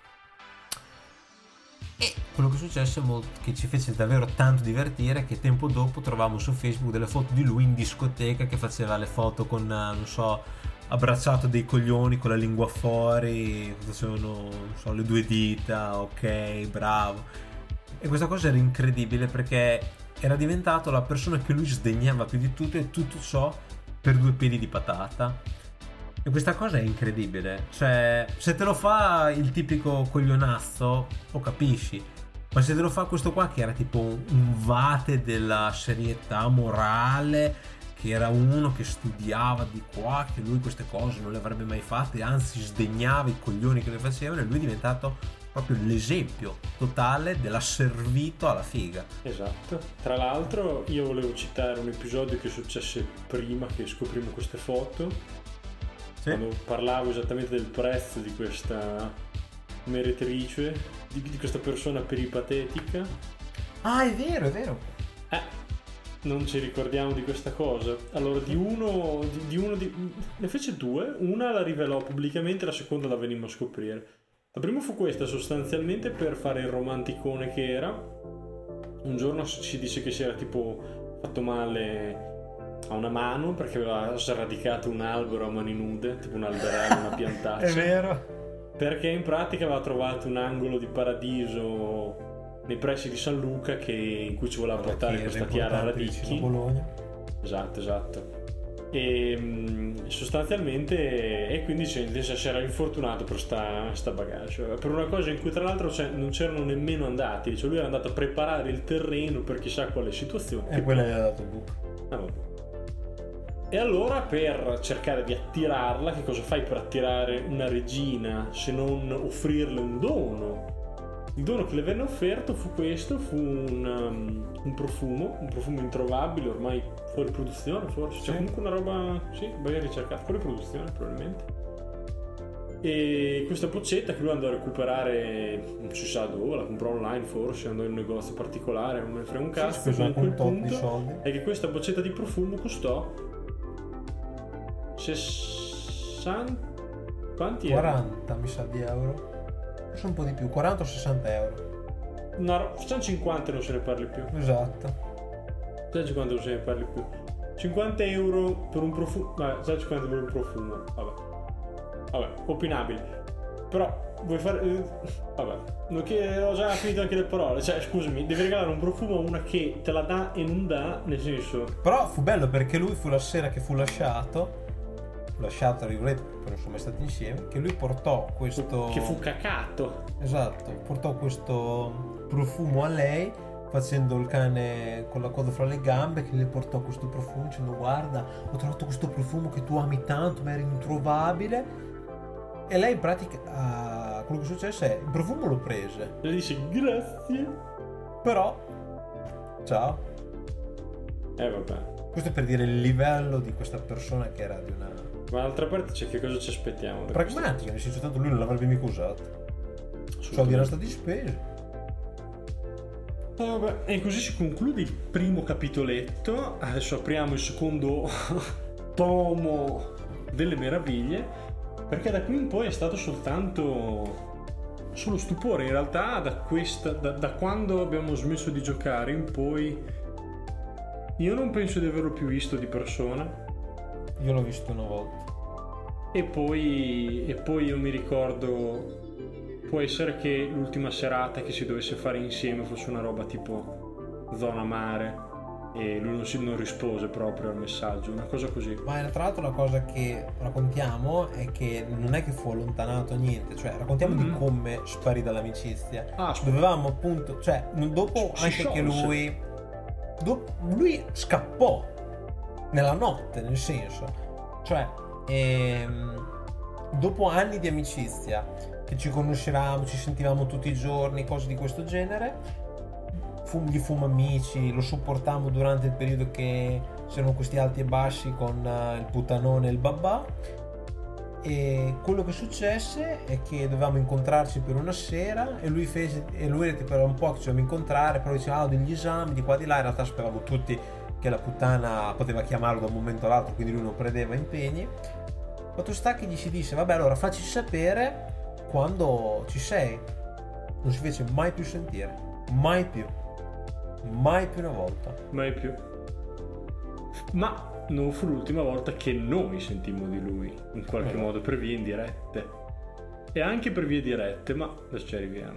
[SPEAKER 1] e quello che successe che ci fece davvero tanto divertire, che tempo dopo trovavamo su Facebook delle foto di lui in discoteca che faceva le foto con non so abbracciato dei coglioni con la lingua fuori, facevano non so le 2 dita, ok bravo. E questa cosa era incredibile perché era diventato la persona che lui sdegnava più di tutto, e tutto ciò per 2 peli di patata. E questa cosa è incredibile, cioè se te lo fa il tipico coglionazzo lo capisci, ma se te lo fa questo qua che era tipo un vate della serietà morale, che era uno che studiava di qua, che lui queste cose non le avrebbe mai fatte, anzi sdegnava i coglioni che le facevano, e lui è diventato proprio l'esempio totale dell'asservito alla figa.
[SPEAKER 2] Esatto. Tra l'altro io volevo citare un episodio che successe prima che scoprimo queste foto, sì, quando parlavo esattamente del prezzo di questa meretrice, di questa persona peripatetica.
[SPEAKER 1] Ah, è vero.
[SPEAKER 2] Non ci ricordiamo di questa cosa. Allora ne fece 2, una la rivelò pubblicamente, la seconda la venimmo a scoprire. La prima fu questa, sostanzialmente per fare il romanticone che era. Un giorno si dice che si era tipo fatto male ha una mano perché aveva sradicato un albero a mani nude, tipo un alberello, una piantaccia.
[SPEAKER 1] È vero.
[SPEAKER 2] Perché in pratica aveva trovato un angolo di paradiso nei pressi di San Luca in cui ci voleva portare questa Chiara Radicchi.
[SPEAKER 1] Bologna.
[SPEAKER 2] Esatto. E sostanzialmente, e quindi si era infortunato per sta bagagio, per una cosa in cui tra l'altro non c'erano nemmeno andati, cioè lui era andato a preparare il terreno per chissà quale situazione
[SPEAKER 1] e quella gli ha dato buco.
[SPEAKER 2] Vabbè. E allora, per cercare di attirarla, che cosa fai per attirare una regina se non offrirle un dono? Il dono che le venne offerto fu un profumo introvabile, ormai fuori produzione forse, sì. Cioè comunque una roba, sì, ben ricercata, fuori produzione probabilmente. E questa boccetta che lui andò a recuperare, non si sa dove, la comprò online forse, andò in un negozio particolare, non me ne frega un cazzo.
[SPEAKER 1] Sì,
[SPEAKER 2] ma quel
[SPEAKER 1] punto di soldi.
[SPEAKER 2] È che questa boccetta di profumo costò 60... quanti
[SPEAKER 1] 40 mi sa di euro. Forse un po' di più, 40 o 60 euro.
[SPEAKER 2] No, 150 non se ne parli più.
[SPEAKER 1] Esatto.
[SPEAKER 2] 150 non se ne parli più. 50 euro per un profumo. No, 150 per un profumo. Vabbè, opinabile. Però vuoi fare. Vabbè. Non che ho già finito anche le parole. Cioè, scusami, devi regalare un profumo a una che te la dà e non dà, nel senso.
[SPEAKER 1] Però fu bello perché lui fu la sera che fu lasciato, tra virgolette, perché non sono mai stati insieme, che lui portò questo,
[SPEAKER 2] che fu cacato,
[SPEAKER 1] esatto, portò questo profumo a lei facendo il cane con la coda fra le gambe, che le portò questo profumo dicendo: guarda, ho trovato questo profumo che tu ami tanto ma era introvabile. E lei in pratica quello che successe è il profumo lo prese,
[SPEAKER 2] le dice grazie,
[SPEAKER 1] però ciao.
[SPEAKER 2] Vabbè,
[SPEAKER 1] questo è per dire il livello di questa persona che era di una.
[SPEAKER 2] Ma d'altra parte c'è che cosa ci aspettiamo?
[SPEAKER 1] Pragmatica, nel senso, tanto lui non l'avrebbe mica usato. Soldi erano stati spesi.
[SPEAKER 2] Vabbè, e così si conclude il primo capitoletto. Adesso apriamo il secondo tomo delle meraviglie, perché da qui in poi è stato solo stupore. In realtà da quando abbiamo smesso di giocare in poi io non penso di averlo più visto di persona.
[SPEAKER 1] Io l'ho visto una volta.
[SPEAKER 2] E poi io mi ricordo, può essere che l'ultima serata che si dovesse fare insieme fosse una roba tipo zona mare e lui non rispose proprio al messaggio, una cosa così.
[SPEAKER 1] Ma tra l'altro la cosa che raccontiamo è che non è che fu allontanato niente, cioè raccontiamo di come sparì dall'amicizia. Dovevamo appunto, cioè dopo anche sciolse. Che lui scappò nella notte, nel senso, cioè dopo anni di amicizia che ci conoscevamo, ci sentivamo tutti i giorni, cose di questo genere, gli fummo amici, lo sopportammo durante il periodo che c'erano questi alti e bassi con il puttanone e il babà, e quello che successe è che dovevamo incontrarci per una sera e lui per un po' che ci dovevamo incontrare, però diceva degli esami di qua di là, in realtà sapevamo tutti che la puttana poteva chiamarlo da un momento all'altro, quindi lui non prendeva impegni. Fatto sta che gli si disse: vabbè, allora facci sapere quando ci sei. Non si fece mai più sentire, mai più una volta,
[SPEAKER 2] mai più. Ma non fu l'ultima volta che noi sentimmo di lui, in qualche modo, per vie indirette e anche per vie dirette, ma adesso ci arriviamo.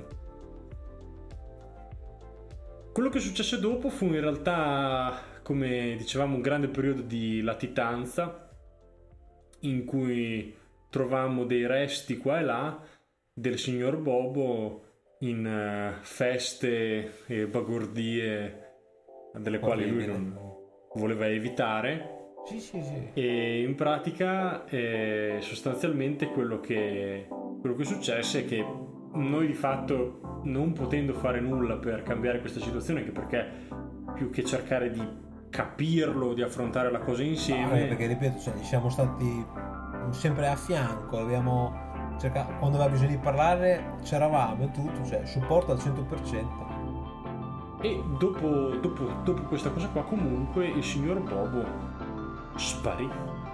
[SPEAKER 2] Quello che successe dopo fu in realtà, come dicevamo, un grande periodo di latitanza in cui trovammo dei resti qua e là del signor Bobo in feste e bagordie delle quali lui non voleva evitare.
[SPEAKER 1] Sì.
[SPEAKER 2] E in pratica sostanzialmente quello che successe è che noi di fatto, non potendo fare nulla per cambiare questa situazione, anche perché più che cercare di capirlo, di affrontare la cosa insieme,
[SPEAKER 1] perché ripeto, cioè, siamo stati sempre a fianco, abbiamo cercato, quando aveva bisogno di parlare c'eravamo e tutto, cioè supporto al 100%.
[SPEAKER 2] E dopo questa cosa qua comunque il signor Bobo sparì.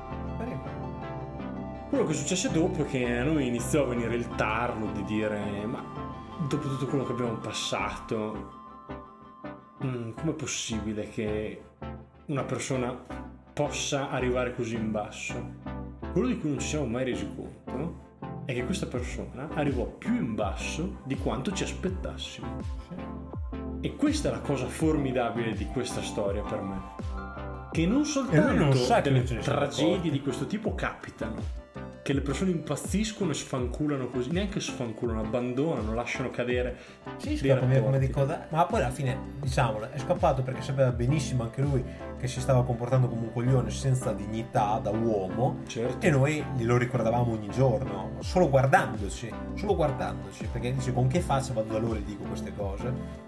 [SPEAKER 2] Quello che successe dopo è che a noi iniziò a venire il tarlo di dire: ma dopo tutto quello che abbiamo passato, com'è possibile che una persona possa arrivare così in basso. Quello di cui non ci siamo mai resi conto è che questa persona arrivò più in basso di quanto ci aspettassimo. E questa è la cosa formidabile di questa storia per me, che non soltanto delle tragedie di questo tipo capitano, che le persone impazziscono e sfanculano così, neanche sfanculano, abbandonano, lasciano cadere.
[SPEAKER 1] Sì, scappa via come di coda, ma poi alla fine, diciamolo, è scappato perché sapeva benissimo anche lui che si stava comportando come un coglione senza dignità da uomo,
[SPEAKER 2] certo.
[SPEAKER 1] E noi glielo ricordavamo ogni giorno, solo guardandoci, perché dice: con che faccia vado da loro e dico queste cose?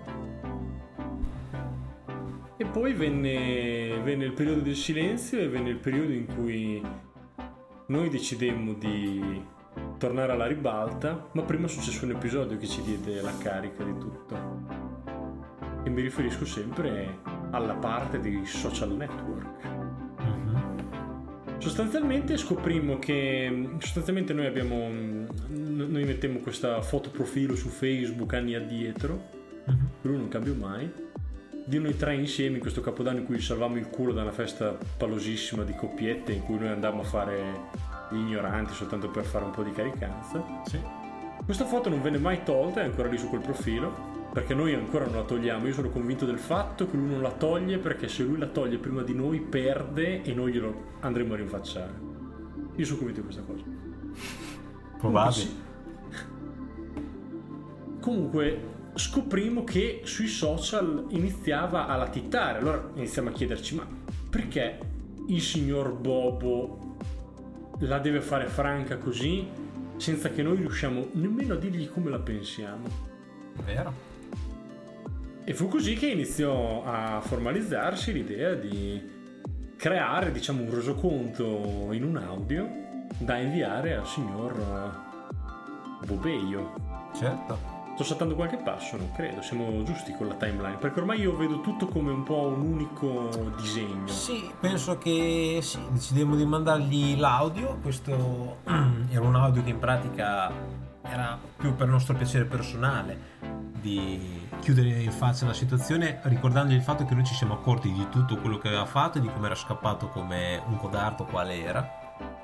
[SPEAKER 2] E poi venne il periodo del silenzio e venne il periodo in cui noi decidemmo di tornare alla ribalta, ma prima è successo un episodio che ci diede la carica di tutto. E mi riferisco sempre alla parte dei social network. Sostanzialmente scoprimmo che noi mettemmo questa foto profilo su Facebook anni addietro, lui non cambiò mai, di noi tre insieme in questo capodanno in cui salvammo il culo da una festa palosissima di coppiette in cui noi andavamo a fare gli ignoranti soltanto per fare un po' di caricanza.
[SPEAKER 1] Sì.
[SPEAKER 2] Questa foto non venne mai tolta, è ancora lì su quel profilo, perché noi ancora non la togliamo. Io sono convinto del fatto che lui non la toglie, perché se lui la toglie prima di noi perde e noi glielo andremo a rinfacciare. Io sono convinto di questa cosa.
[SPEAKER 1] Probabile.
[SPEAKER 2] Comunque scoprimmo che sui social iniziava a latitare. Allora iniziamo a chiederci: ma perché il signor Bobo la deve fare franca così senza che noi riusciamo nemmeno a dirgli come la pensiamo?
[SPEAKER 1] Vero.
[SPEAKER 2] E fu così che iniziò a formalizzarsi l'idea di creare, diciamo, un resoconto in un audio da inviare al signor Bobeio.
[SPEAKER 1] Certo.
[SPEAKER 2] Sto saltando qualche passo? Non credo, siamo giusti con la timeline, perché ormai io vedo tutto come un po' un unico disegno.
[SPEAKER 1] Sì, penso che sì, decidemmo di mandargli l'audio. Questo era un audio che in pratica era più per nostro piacere personale, di chiudere in faccia la situazione, ricordandogli il fatto che noi ci siamo accorti di tutto quello che aveva fatto e di come era scappato come un codardo quale era.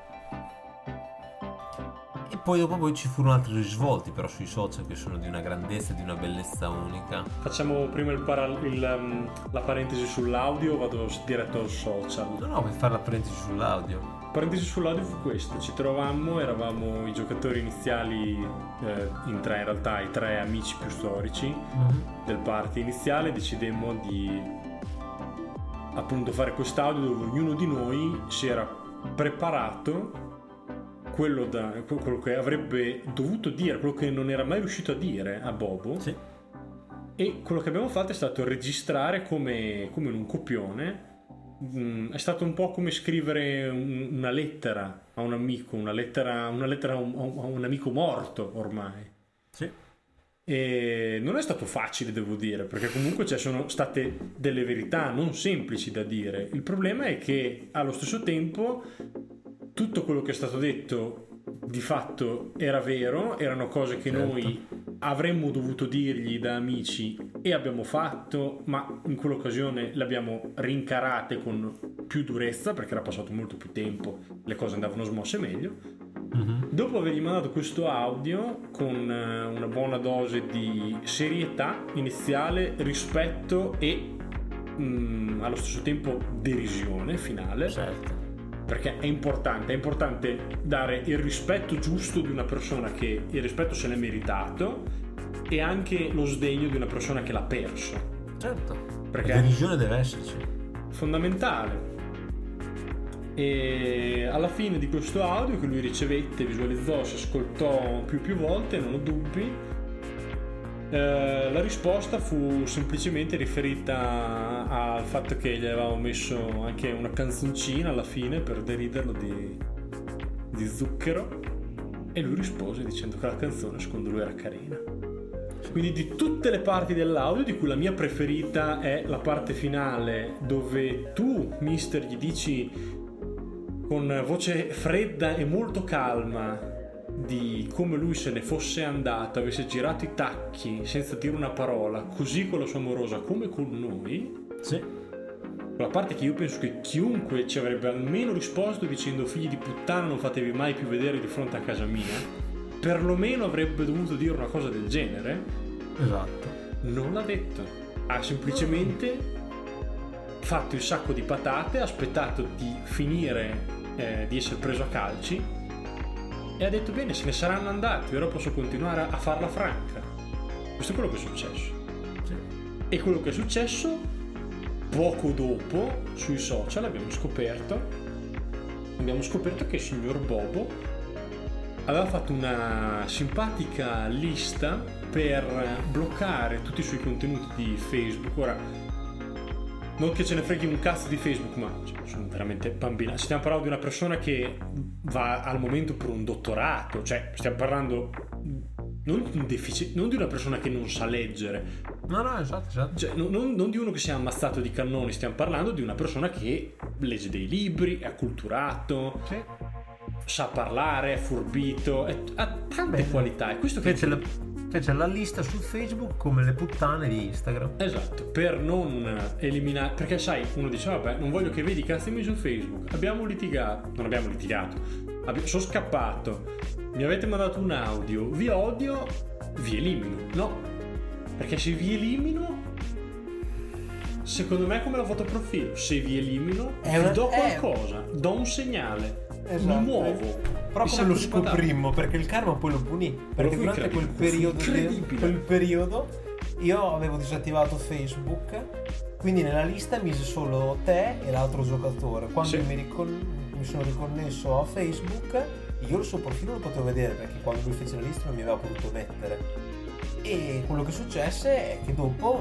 [SPEAKER 1] Poi dopo ci furono altri risvolti però sui social che sono di una grandezza e di una bellezza unica.
[SPEAKER 2] Facciamo prima la parentesi sull'audio, vado diretto al social.
[SPEAKER 1] No, per fare la parentesi sull'audio.
[SPEAKER 2] Parentesi sull'audio fu questa: ci trovammo, eravamo i giocatori iniziali in tre, in realtà i tre amici più storici del party iniziale. Decidemmo di appunto fare quest'audio dove ognuno di noi si era preparato quello che avrebbe dovuto dire, quello che non era mai riuscito a dire a Bobo.
[SPEAKER 1] Sì.
[SPEAKER 2] E quello che abbiamo fatto è stato registrare come in un copione. È stato un po' come scrivere una lettera a un amico, una lettera a un amico morto ormai.
[SPEAKER 1] Sì.
[SPEAKER 2] E non è stato facile, devo dire, perché comunque ci sono state delle verità non semplici da dire. Il problema è che allo stesso tempo tutto quello che è stato detto di fatto era vero, erano cose che
[SPEAKER 1] certo.
[SPEAKER 2] Noi avremmo dovuto dirgli da amici e abbiamo fatto, ma in quell'occasione le abbiamo rincarate con più durezza perché era passato molto più tempo, le cose andavano smosse meglio. Dopo avergli mandato questo audio con una buona dose di serietà iniziale, rispetto e allo stesso tempo derisione finale,
[SPEAKER 1] certo.
[SPEAKER 2] Perché è importante dare il rispetto giusto di una persona che il rispetto se l'è meritato e anche lo sdegno di una persona che l'ha perso.
[SPEAKER 1] Certo.
[SPEAKER 2] Perché
[SPEAKER 1] la derisione deve esserci.
[SPEAKER 2] Fondamentale. E alla fine di questo audio che lui ricevette, visualizzò, si ascoltò più volte, non ho dubbi, la risposta fu semplicemente riferita al fatto che gli avevamo messo anche una canzoncina alla fine per deriderlo di zucchero, e lui rispose dicendo che la canzone secondo lui era carina. Quindi di tutte le parti dell'audio, di cui la mia preferita è la parte finale dove tu, mister, gli dici con voce fredda e molto calma di come lui se ne fosse andato, avesse girato i tacchi senza dire una parola, così con la sua amorosa come con noi.
[SPEAKER 1] Sì.
[SPEAKER 2] quella parte che io penso che chiunque ci avrebbe almeno risposto dicendo figli di puttana non fatevi mai più vedere di fronte a casa mia, perlomeno avrebbe dovuto dire una cosa del genere.
[SPEAKER 1] Esatto.
[SPEAKER 2] Non l'ha detto, ha semplicemente fatto il sacco di patate, ha aspettato di finire di essere preso a calci e ha detto bene, se ne saranno andati, ora posso continuare a farla franca. Questo è quello che è successo.
[SPEAKER 1] Sì.
[SPEAKER 2] E quello che è successo poco dopo sui social abbiamo scoperto che il signor Bobo aveva fatto una simpatica lista per bloccare tutti i suoi contenuti di Facebook. Ora, non che ce ne freghi un cazzo di Facebook, ma sono veramente bambina. Stiamo parlando di una persona che va al momento per un dottorato, cioè stiamo parlando non di una persona che non sa leggere.
[SPEAKER 1] No, esatto.
[SPEAKER 2] Cioè, non di uno che si è ammazzato di cannoni, stiamo parlando di una persona che legge dei libri, è acculturato,
[SPEAKER 1] sì,
[SPEAKER 2] sa parlare, è furbito, ha tante qualità. È questo che
[SPEAKER 1] fece la lista su Facebook come le puttane di Instagram.
[SPEAKER 2] Esatto, per non eliminare, perché sai, uno dice vabbè, non voglio che vedi i cazzi miei su Facebook, abbiamo litigato, non abbiamo litigato, sono scappato, mi avete mandato un audio, vi odio, vi elimino. No, perché se vi elimino, secondo me è come la foto profilo, se vi elimino vi do qualcosa, do un segnale,
[SPEAKER 1] esatto,
[SPEAKER 2] mi muovo.
[SPEAKER 1] Però come lo scoprimmo? Perché il karma poi lo punì. Perché durante quel periodo io avevo disattivato Facebook, quindi nella lista mise solo te e l'altro giocatore. Quando mi sono riconnesso a Facebook, io il suo profilo lo potevo vedere, perché quando lui fece la lista non mi aveva potuto mettere. E quello che successe è che dopo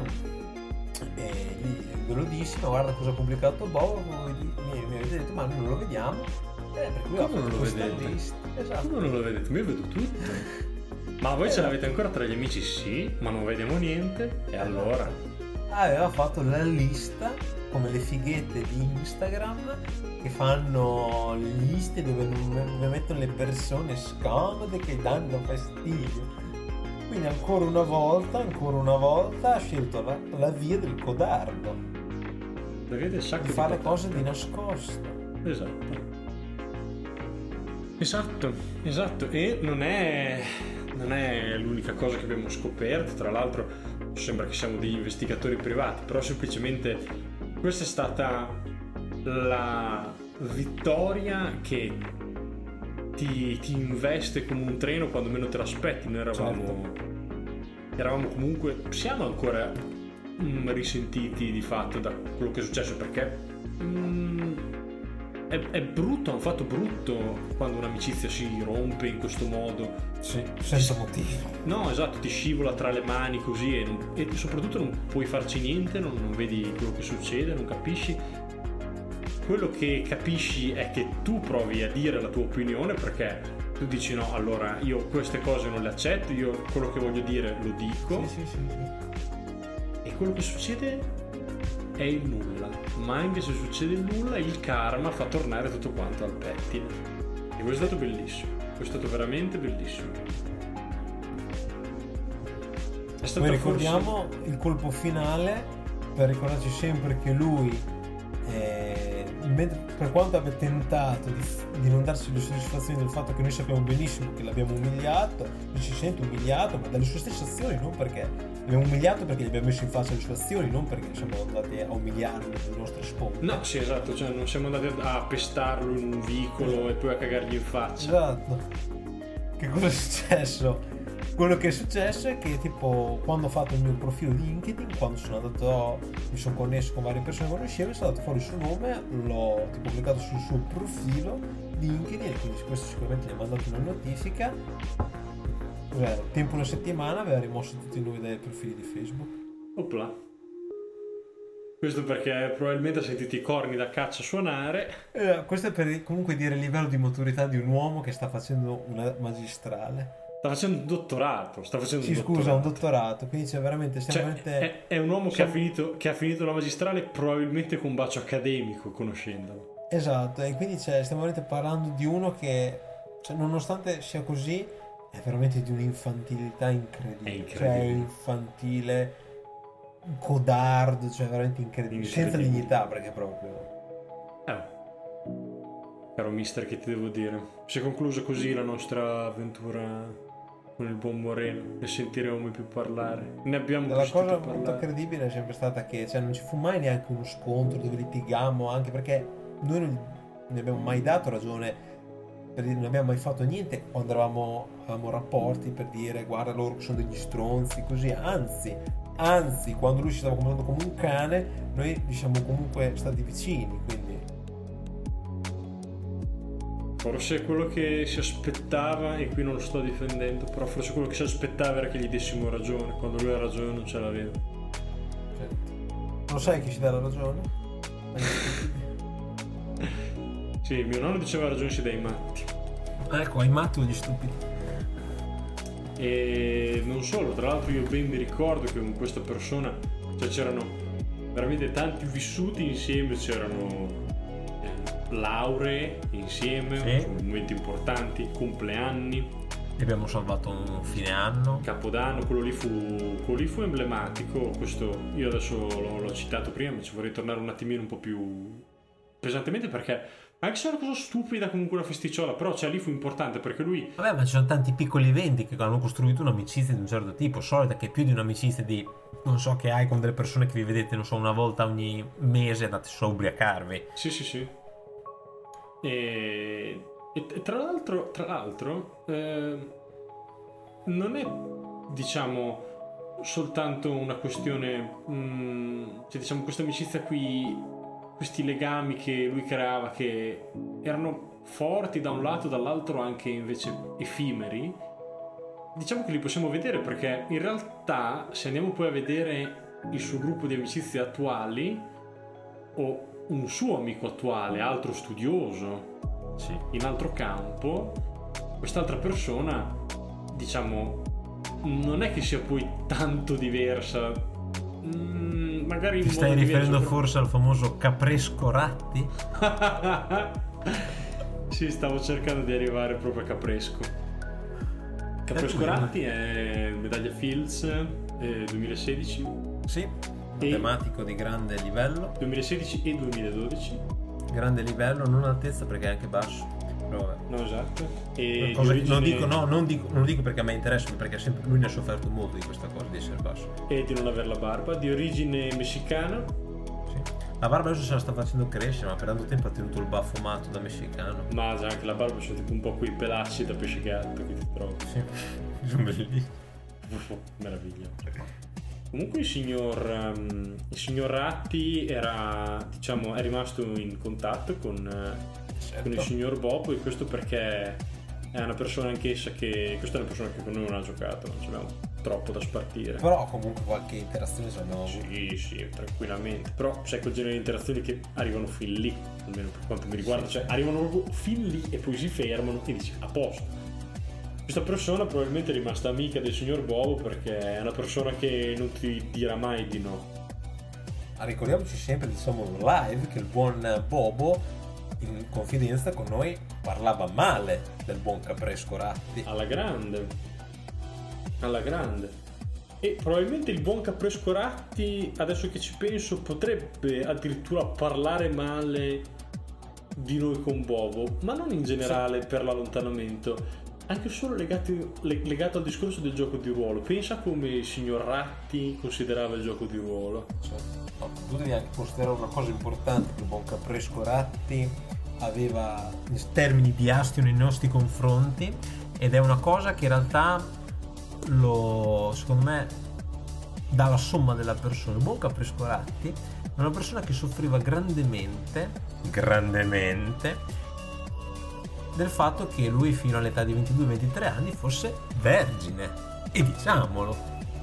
[SPEAKER 1] ve lo dissi, ma guarda cosa ha pubblicato Bob, mi avete detto ma noi non lo vediamo. Perché lui
[SPEAKER 2] come non lo vedete?
[SPEAKER 1] Esatto.
[SPEAKER 2] Come non lo vedete? Io vedo tutto. Ma voi ce l'avete ancora tra gli amici? Sì, ma non vediamo niente. E allora?
[SPEAKER 1] Aveva fatto la lista come le fighette di Instagram che fanno liste dove mettono le persone scomode che danno fastidio. Quindi ancora una volta ha scelto la via del codardo.
[SPEAKER 2] La via del sacco
[SPEAKER 1] di fare cose di nascosto.
[SPEAKER 2] Esatto, e non è l'unica cosa che abbiamo scoperto, tra l'altro sembra che siamo degli investigatori privati, però semplicemente questa è stata la vittoria che ti investe come un treno quando meno te l'aspetti. Noi eravamo comunque, siamo ancora risentiti di fatto da quello che è successo, perché è brutto, è un fatto brutto quando un'amicizia si rompe in questo modo.
[SPEAKER 1] Sì, senza motivo.
[SPEAKER 2] No, esatto, ti scivola tra le mani così e soprattutto non puoi farci niente, non vedi quello che succede, non capisci. Quello che capisci è che tu provi a dire la tua opinione, perché tu dici no, allora io queste cose non le accetto, io quello che voglio dire lo dico.
[SPEAKER 1] Sì.
[SPEAKER 2] E quello che succede è il nulla, ma anche se succede il nulla, il karma fa tornare tutto quanto al pettine. E questo è stato bellissimo, questo è stato veramente bellissimo.
[SPEAKER 1] Poi ricordiamo il colpo finale per ricordarci sempre che lui, per quanto abbia tentato di non darsi le soddisfazioni del fatto che noi sappiamo benissimo che l'abbiamo umiliato, lui si sente umiliato, ma dalle sue stesse azioni, non perché l'abbiamo umiliato perché gli abbiamo messo in faccia le sue azioni, non perché siamo andati a umiliarlo sulle nostre sponde.
[SPEAKER 2] No, sì, esatto, cioè non siamo andati a pestarlo in un vicolo e poi a cagargli in faccia.
[SPEAKER 1] Esatto. Che cosa è successo? Quello che è successo è che tipo quando ho fatto il mio profilo di LinkedIn, quando mi sono connesso con varie persone che conoscevo, è stato fuori il suo nome, l'ho tipo pubblicato sul suo profilo di LinkedIn e quindi questo sicuramente gli ha mandato una notifica. Tempo una settimana aveva rimosso tutti noi dai profili di Facebook.
[SPEAKER 2] Opla. Questo perché probabilmente ha sentito i corni da caccia suonare.
[SPEAKER 1] Questo è per comunque dire il livello di maturità di un uomo che sta facendo una magistrale.
[SPEAKER 2] Sta facendo un dottorato.
[SPEAKER 1] Un dottorato. Quindi c'è veramente.
[SPEAKER 2] È un uomo che ha finito la magistrale probabilmente con un bacio accademico, conoscendolo.
[SPEAKER 1] Esatto, e quindi stiamo veramente parlando di uno che, nonostante sia così, è veramente di un'infantilità incredibile. Cioè è infantile. codardo, cioè veramente incredibile, senza dignità, perché proprio
[SPEAKER 2] caro mister, che ti devo dire, si è conclusa così la nostra avventura con il buon Moreno, ne sentiremo mai più parlare, ne abbiamo
[SPEAKER 1] la
[SPEAKER 2] visto
[SPEAKER 1] cosa
[SPEAKER 2] parlare.
[SPEAKER 1] molto incredibile è sempre stata che non ci fu mai neanche uno scontro dove litigammo, anche perché noi non ne abbiamo mai dato ragione, per dire, non abbiamo mai fatto niente quando avevamo rapporti per dire guarda loro sono degli stronzi, così, anzi quando lui ci stava comportando come un cane noi gli siamo comunque stati vicini, quindi
[SPEAKER 2] forse quello che si aspettava, e qui non lo sto difendendo, però forse quello che si aspettava era che gli dessimo ragione, quando lui ha ragione non ce l'aveva.
[SPEAKER 1] Certo. Lo sai chi ci dà la ragione?
[SPEAKER 2] Sì, mio nonno diceva ragione si dà ai matti.
[SPEAKER 1] Ecco, ai matti o agli stupidi.
[SPEAKER 2] E non solo, tra l'altro io ben mi ricordo che con questa persona, cioè, c'erano veramente tanti vissuti insieme, c'erano lauree insieme,
[SPEAKER 1] sì,
[SPEAKER 2] momenti importanti, compleanni,
[SPEAKER 1] abbiamo salvato un fine anno,
[SPEAKER 2] capodanno, quello lì fu emblematico. Questo io adesso l'ho citato prima, ma ci vorrei tornare un attimino un po' più pesantemente, perché anche se è una cosa stupida, comunque una festicciola, però lì fu importante perché lui...
[SPEAKER 1] Vabbè, ma ci sono tanti piccoli eventi che hanno costruito un'amicizia di un certo tipo, solita, che è più di un'amicizia di, non so, che hai con delle persone che vi vedete, non so, una volta ogni mese andate solo a ubriacarvi.
[SPEAKER 2] Sì. E tra l'altro non è, diciamo, soltanto una questione, cioè, diciamo, questa amicizia qui, questi legami che lui creava, che erano forti da un lato, dall'altro anche invece effimeri, diciamo che li possiamo vedere, perché in realtà se andiamo poi a vedere il suo gruppo di amicizie attuali, o un suo amico attuale, altro studioso,
[SPEAKER 1] sì,
[SPEAKER 2] in altro campo, quest'altra persona, diciamo, non è che sia poi tanto diversa, magari in
[SPEAKER 1] ti stai
[SPEAKER 2] modo
[SPEAKER 1] riferendo
[SPEAKER 2] diverso,
[SPEAKER 1] forse al famoso Capresco Ratti?
[SPEAKER 2] Sì, stavo cercando di arrivare proprio a Capresco. Capresco Ratti è medaglia Fields 2016.
[SPEAKER 1] Sì, matematico di grande livello.
[SPEAKER 2] 2016 e 2012.
[SPEAKER 1] Grande livello, non altezza perché è anche basso. Però vabbè.
[SPEAKER 2] No, esatto. E
[SPEAKER 1] origine... non lo dico perché a me interessa, ma perché sempre lui ne ha sofferto molto di questa cosa di essere basso.
[SPEAKER 2] E di non avere la barba, di origine messicana.
[SPEAKER 1] Sì. La barba adesso se la sta facendo crescere, ma per tanto tempo ha tenuto il baffo matto da messicano.
[SPEAKER 2] Ma già anche la barba c'è tipo un po' quei pelacci da pesce gatto che ti trovi.
[SPEAKER 1] Sì, sono bellissimi.
[SPEAKER 2] Meraviglia. Comunque il signor Ratti era, diciamo, è rimasto in contatto con il signor Bob, e questo perché è una persona anch'essa che, questa è una persona che con noi non ha giocato, non abbiamo troppo da spartire,
[SPEAKER 1] però comunque qualche interazione ce l'abbiamo avuto.
[SPEAKER 2] Sì, tranquillamente, però c'è quel genere di interazioni che arrivano fin lì, almeno per quanto mi riguarda, cioè arrivano proprio fin lì e poi si fermano e dici a posto. Questa persona probabilmente è rimasta amica del signor Bobo perché è una persona che non ti dirà mai di no.
[SPEAKER 1] Ricordiamoci sempre, diciamo, live, che il buon Bobo in confidenza con noi parlava male del buon Capresco Ratti.
[SPEAKER 2] Alla grande. E probabilmente il buon Capresco Ratti, adesso che ci penso, potrebbe addirittura parlare male di noi con Bobo, ma non in generale, sì, per l'allontanamento, anche solo legato al discorso del gioco di ruolo. Pensa come il signor Ratti considerava il gioco di ruolo.
[SPEAKER 1] No, tu devi anche considerare una cosa importante che il buon Capresco Ratti aveva in termini di astio nei nostri confronti, ed è una cosa che in realtà secondo me dà la somma della persona. Il buon Capresco Ratti è una persona che soffriva grandemente del fatto che lui fino all'età di 22-23 anni fosse vergine, e diciamolo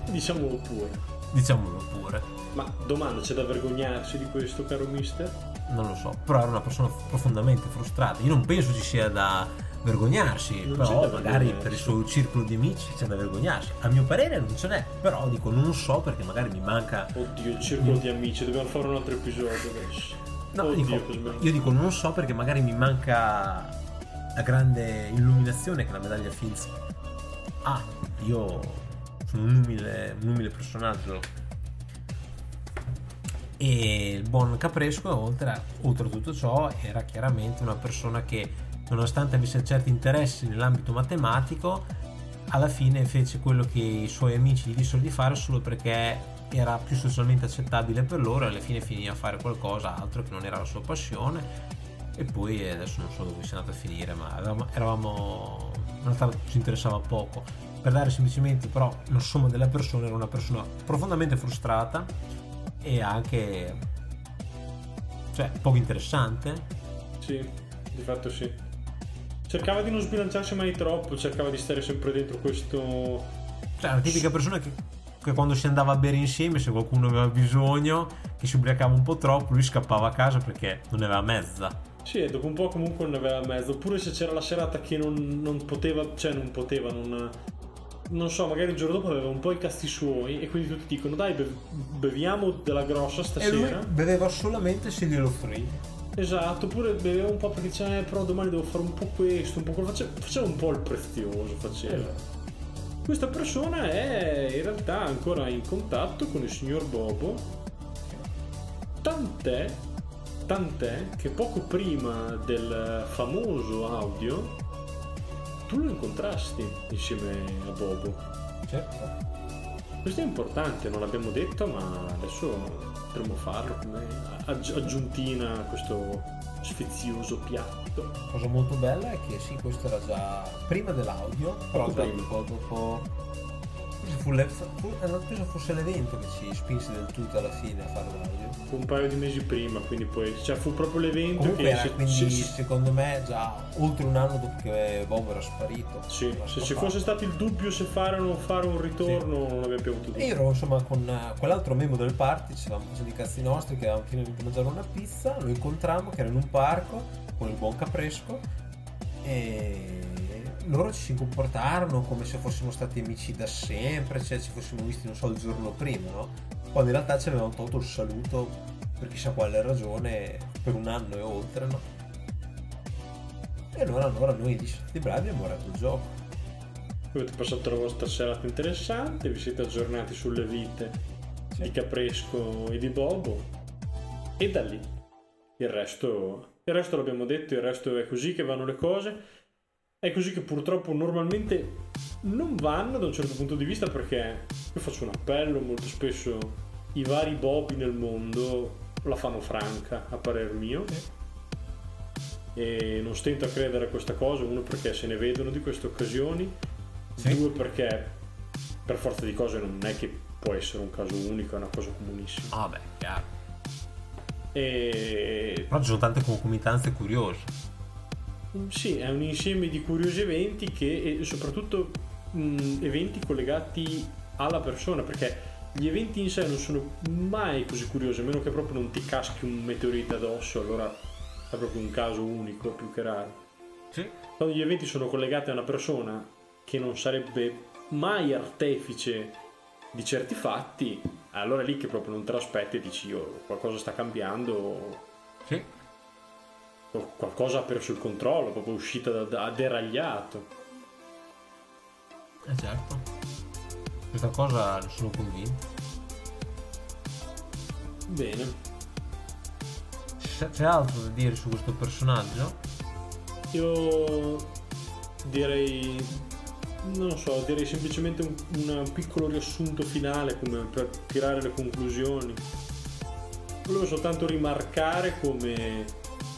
[SPEAKER 1] pure.
[SPEAKER 2] Ma domanda, c'è da vergognarsi di questo, caro mister?
[SPEAKER 1] Non lo so, però era una persona profondamente frustrata. Io non penso ci sia da vergognarsi,
[SPEAKER 2] non
[SPEAKER 1] però magari per il suo circolo di amici c'è da vergognarsi. A mio parere non ce n'è, però dico non so, perché magari mi manca...
[SPEAKER 2] Oddio, il circolo di amici, dobbiamo fare un altro episodio adesso.
[SPEAKER 1] No, io dico non so perché magari mi manca la grande illuminazione che la medaglia Fields ha. Io sono un umile personaggio, E il buon Capresco, oltre a tutto ciò, era chiaramente una persona che, nonostante avesse certi interessi nell'ambito matematico, alla fine fece quello che i suoi amici gli dissero di fare solo perché era più socialmente accettabile per loro, e alla fine finì a fare qualcosa altro che non era la sua passione. E poi adesso non so dove sia andato a finire, ma eravamo in realtà ci interessava poco. Per dare semplicemente però una somma della persona, era una persona profondamente frustrata e anche, cioè, poco interessante.
[SPEAKER 2] Sì, di fatto sì. Cercava di non sbilanciarsi mai troppo, cercava di stare sempre dentro questo...
[SPEAKER 1] Cioè, una tipica persona che quando si andava a bere insieme, se qualcuno aveva bisogno, che si ubriacava un po' troppo, lui scappava a casa perché non aveva mezza.
[SPEAKER 2] Sì, e dopo un po' comunque non aveva mezzo. Oppure se c'era la serata che non poteva, non so, magari il giorno dopo aveva un po' i cazzi suoi, e quindi tutti dicono dai beviamo della grossa stasera.
[SPEAKER 1] E lui beveva solamente se glielo offrivi.
[SPEAKER 2] Esatto, oppure beveva un po' perché diceva però domani devo fare un po' questo, un po' quello. Faceva un po' il prezioso, faceva. Questa persona è in realtà ancora in contatto con il signor Bobo, tant'è che poco prima del famoso audio tu lo incontrasti insieme a Bobo.
[SPEAKER 1] Certo.
[SPEAKER 2] Questo è importante, non l'abbiamo detto, ma adesso potremmo farlo come aggiuntina a questo sfizioso piatto.
[SPEAKER 1] Cosa molto bella è che sì, questo era già prima dell'audio, però già un po' dopo. Penso fosse l'evento che ci spinse del tutto alla fine a fare l'audio.
[SPEAKER 2] Fu un paio di mesi prima, quindi poi fu proprio l'evento.
[SPEAKER 1] Comunque
[SPEAKER 2] che
[SPEAKER 1] era, quindi secondo me già oltre un anno dopo che Bob era sparito.
[SPEAKER 2] Sì, se ci fosse stato il dubbio se fare o non fare un ritorno, sì, non abbiamo più avuto.
[SPEAKER 1] E io ero insomma con quell'altro membro del party, ci avevamo preso i cazzi nostri che avevamo finito di mangiare una pizza, lo incontrammo che era in un parco con il buon Capresco, e loro ci si comportarono come se fossimo stati amici da sempre, cioè ci fossimo visti non so il giorno prima, no? Quando in realtà ci avevamo tolto il saluto per chissà quale ragione per un anno e oltre, no? E allora noi siamo stati bravi e abbiamo morato il gioco.
[SPEAKER 2] Avete passato la vostra serata interessante, vi siete aggiornati sulle vite, sì, di Capresco e di Bobo, e da lì il resto l'abbiamo detto, il resto è così che vanno le cose. È così che purtroppo normalmente non vanno da un certo punto di vista, perché io faccio un appello, molto spesso i vari Bobby nel mondo la fanno franca, a parer mio, e non stento a credere a questa cosa. Uno, perché se ne vedono di queste occasioni, sì. Due, perché per forza di cose non è che può essere un caso unico, è una cosa comunissima.
[SPEAKER 1] Ah beh, chiaro.
[SPEAKER 2] Però
[SPEAKER 1] ci sono tante concomitanze curiose.
[SPEAKER 2] Sì, è un insieme di curiosi eventi e soprattutto eventi collegati alla persona, perché gli eventi in sé non sono mai così curiosi, a meno che proprio non ti caschi un meteorite addosso, allora è proprio un caso unico, più che raro.
[SPEAKER 1] Sì.
[SPEAKER 2] Quando gli eventi sono collegati a una persona che non sarebbe mai artefice di certi fatti, allora è lì che proprio non te l'aspetti e dici qualcosa sta cambiando.
[SPEAKER 1] Sì.
[SPEAKER 2] Qualcosa ha perso il controllo, proprio uscita da deragliato.
[SPEAKER 1] Certo, questa cosa ne sono convinto.
[SPEAKER 2] Bene,
[SPEAKER 1] c'è altro da dire su questo personaggio?
[SPEAKER 2] Io direi, non so, direi semplicemente un piccolo riassunto finale, come per tirare le conclusioni. Volevo soltanto rimarcare come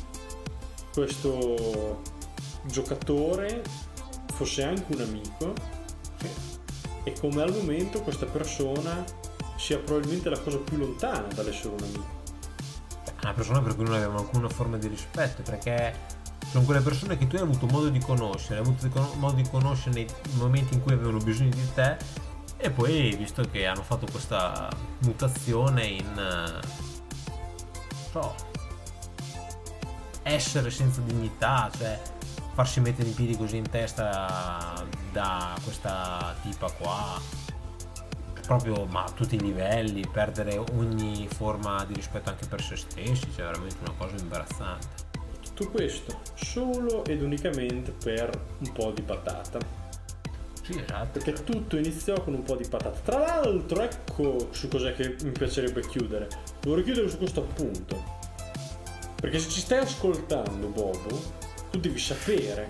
[SPEAKER 2] questo giocatore fosse anche un amico, e come al momento questa persona sia probabilmente la cosa più lontana dall'essere un amico.
[SPEAKER 1] Una persona per cui non avevamo alcuna forma di rispetto, perché sono quelle persone che tu hai avuto modo di conoscere, nei momenti in cui avevano bisogno di te, e poi visto che hanno fatto questa mutazione in essere senza dignità, cioè farsi mettere i piedi così in testa da questa tipa qua, proprio ma a tutti i livelli, perdere ogni forma di rispetto anche per se stessi, cioè veramente una cosa imbarazzante.
[SPEAKER 2] Tutto questo solo ed unicamente per un po' di patata.
[SPEAKER 1] Sì, esatto.
[SPEAKER 2] Perché tutto iniziò con un po' di patata. Tra l'altro, ecco su cos'è che mi piacerebbe chiudere. Vorrei chiudere su questo appunto. Perché se ci stai ascoltando, Bobo, tu devi sapere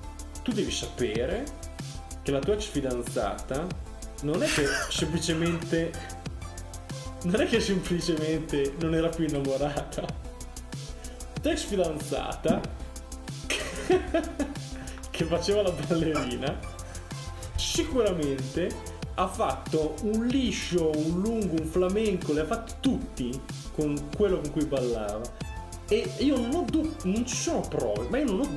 [SPEAKER 2] che la tua ex fidanzata non è che semplicemente non era più innamorata. La tua ex fidanzata che faceva la ballerina sicuramente ha fatto un liscio, un lungo, un flamenco, li ha fatti tutti con quello con cui ballava. E io non ci sono prove, ma io non ho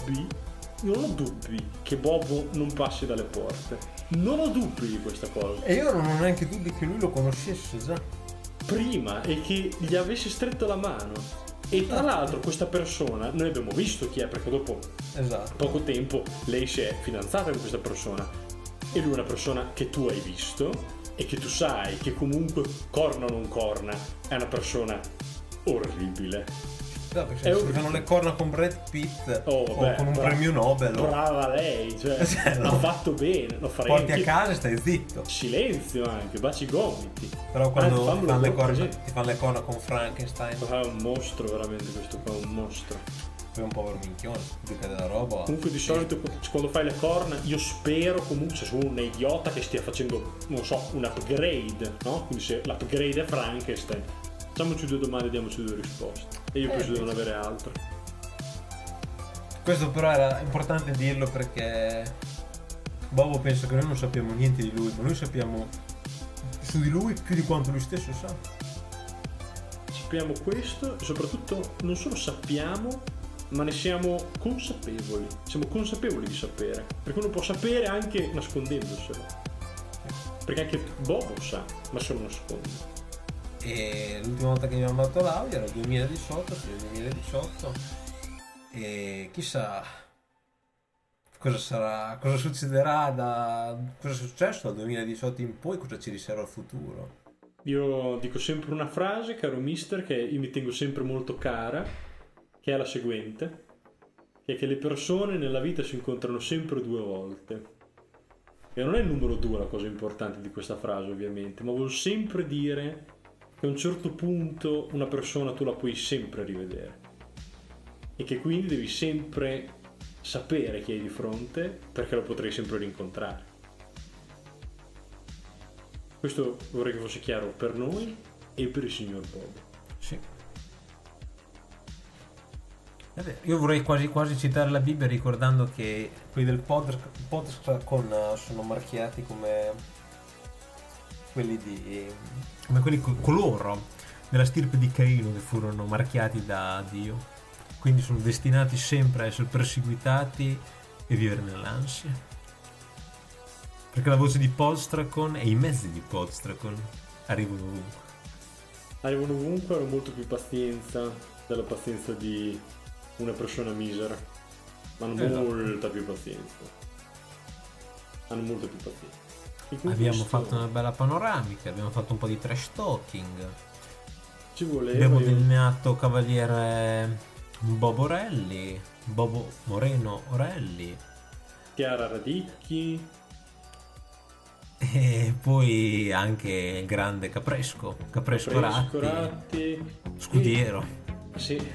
[SPEAKER 2] dubbi che Bobo non passi dalle porte. Non ho dubbi di questa cosa.
[SPEAKER 1] E io non ho neanche dubbi che lui lo conoscesse già
[SPEAKER 2] prima e che gli avesse stretto la mano. E tra l'altro questa persona, noi abbiamo visto chi è, perché dopo poco tempo lei si è fidanzata con questa persona. E lui è una persona che tu hai visto e che tu sai che comunque, corna o non corna, è una persona orribile.
[SPEAKER 1] No, perché se fanno le corna con Brad Pitt o con un premio Nobel.
[SPEAKER 2] Brava lei, cioè l'ha fatto bene, lo farei.
[SPEAKER 1] Porti a casa e stai zitto.
[SPEAKER 2] Silenzio anche, baci i gomiti.
[SPEAKER 1] Però quando ti fanno le corna con Frankenstein.
[SPEAKER 2] È un mostro veramente questo qua, un mostro.
[SPEAKER 1] Poi un povero minchione, duca della roba.
[SPEAKER 2] Comunque di solito quando fai le corna, io spero comunque se sono un idiota che stia facendo, non so, un upgrade, no? Quindi se l'upgrade è Frankenstein. Facciamoci 2 domande e diamoci 2 risposte. E io penso di non avere altro.
[SPEAKER 1] Questo però era importante dirlo perché Bobo pensa che noi non sappiamo niente di lui, ma noi sappiamo su di lui più di quanto lui stesso sa.
[SPEAKER 2] Sappiamo questo e soprattutto non solo sappiamo, ma ne siamo consapevoli. Siamo consapevoli di sapere. Perché uno può sapere anche nascondendoselo. Perché anche Bobo sa, ma se lo nasconde.
[SPEAKER 1] E l'ultima volta che abbiamo fatto l'audio era il 2018, sì, il 2018, e chissà cosa sarà, cosa succederà cosa è successo dal 2018 in poi, cosa ci riserva il futuro.
[SPEAKER 2] Io dico sempre una frase, caro mister, che io mi tengo sempre molto cara, che è la seguente, che è che le persone nella vita si incontrano sempre 2 volte. E non è il numero 2 la cosa importante di questa frase, ovviamente, ma vuol sempre dire che a un certo punto una persona tu la puoi sempre rivedere e che quindi devi sempre sapere chi hai di fronte, perché lo potrai sempre rincontrare. Questo vorrei che fosse chiaro per noi e per il signor Bobo.
[SPEAKER 1] Sì. Io vorrei quasi citare la Bibbia, ricordando che quelli del podcast sono marchiati come quelli coloro della stirpe di Caino che furono marchiati da Dio, quindi sono destinati sempre a essere perseguitati e vivere nell'ansia, perché la voce di Podstracon e i mezzi di Podstracon arrivano ovunque,
[SPEAKER 2] hanno molto più pazienza della pazienza di una persona misera, ma hanno molta più pazienza. Abbiamo
[SPEAKER 1] fatto una bella panoramica, abbiamo fatto un po' di trash talking.
[SPEAKER 2] Ci voleva.
[SPEAKER 1] Abbiamo delineato Cavaliere Bobo Moreno Orelli,
[SPEAKER 2] Chiara Radicchi
[SPEAKER 1] e poi anche il grande Capresco Ratti, Scudiero.
[SPEAKER 2] Sì.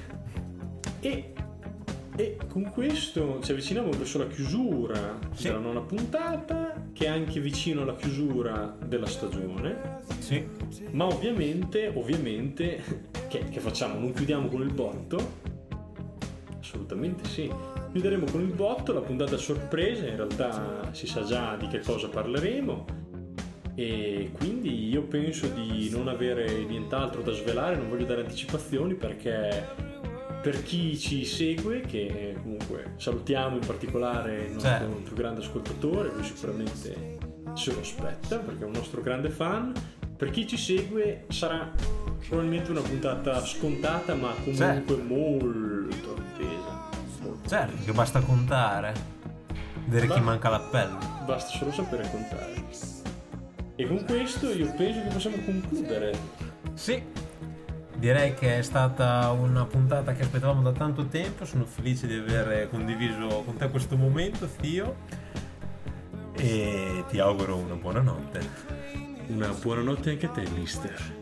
[SPEAKER 2] E con questo ci avviciniamo verso la chiusura della 9ª puntata, che è anche vicino alla chiusura della stagione.
[SPEAKER 1] Sì.
[SPEAKER 2] Ma ovviamente che facciamo? Non chiudiamo con il botto? Assolutamente sì. Chiuderemo con il botto la puntata sorpresa, in realtà si sa già di che cosa parleremo e quindi io penso di non avere nient'altro da svelare, non voglio dare anticipazioni perché per chi ci segue, che comunque salutiamo in particolare il nostro più grande ascoltatore, lui sicuramente se lo aspetta perché è un nostro grande fan, per chi ci segue sarà probabilmente una puntata scontata ma comunque molto attesa.
[SPEAKER 1] Certo, che basta contare, vedere chi manca l'appello.
[SPEAKER 2] Basta solo sapere contare. E con questo io penso che possiamo concludere.
[SPEAKER 1] Sì, direi che è stata una puntata che aspettavamo da tanto tempo. Sono felice di aver condiviso con te questo momento, Zio. e ti auguro una buona notte.
[SPEAKER 2] Una buonanotte anche a te, mister.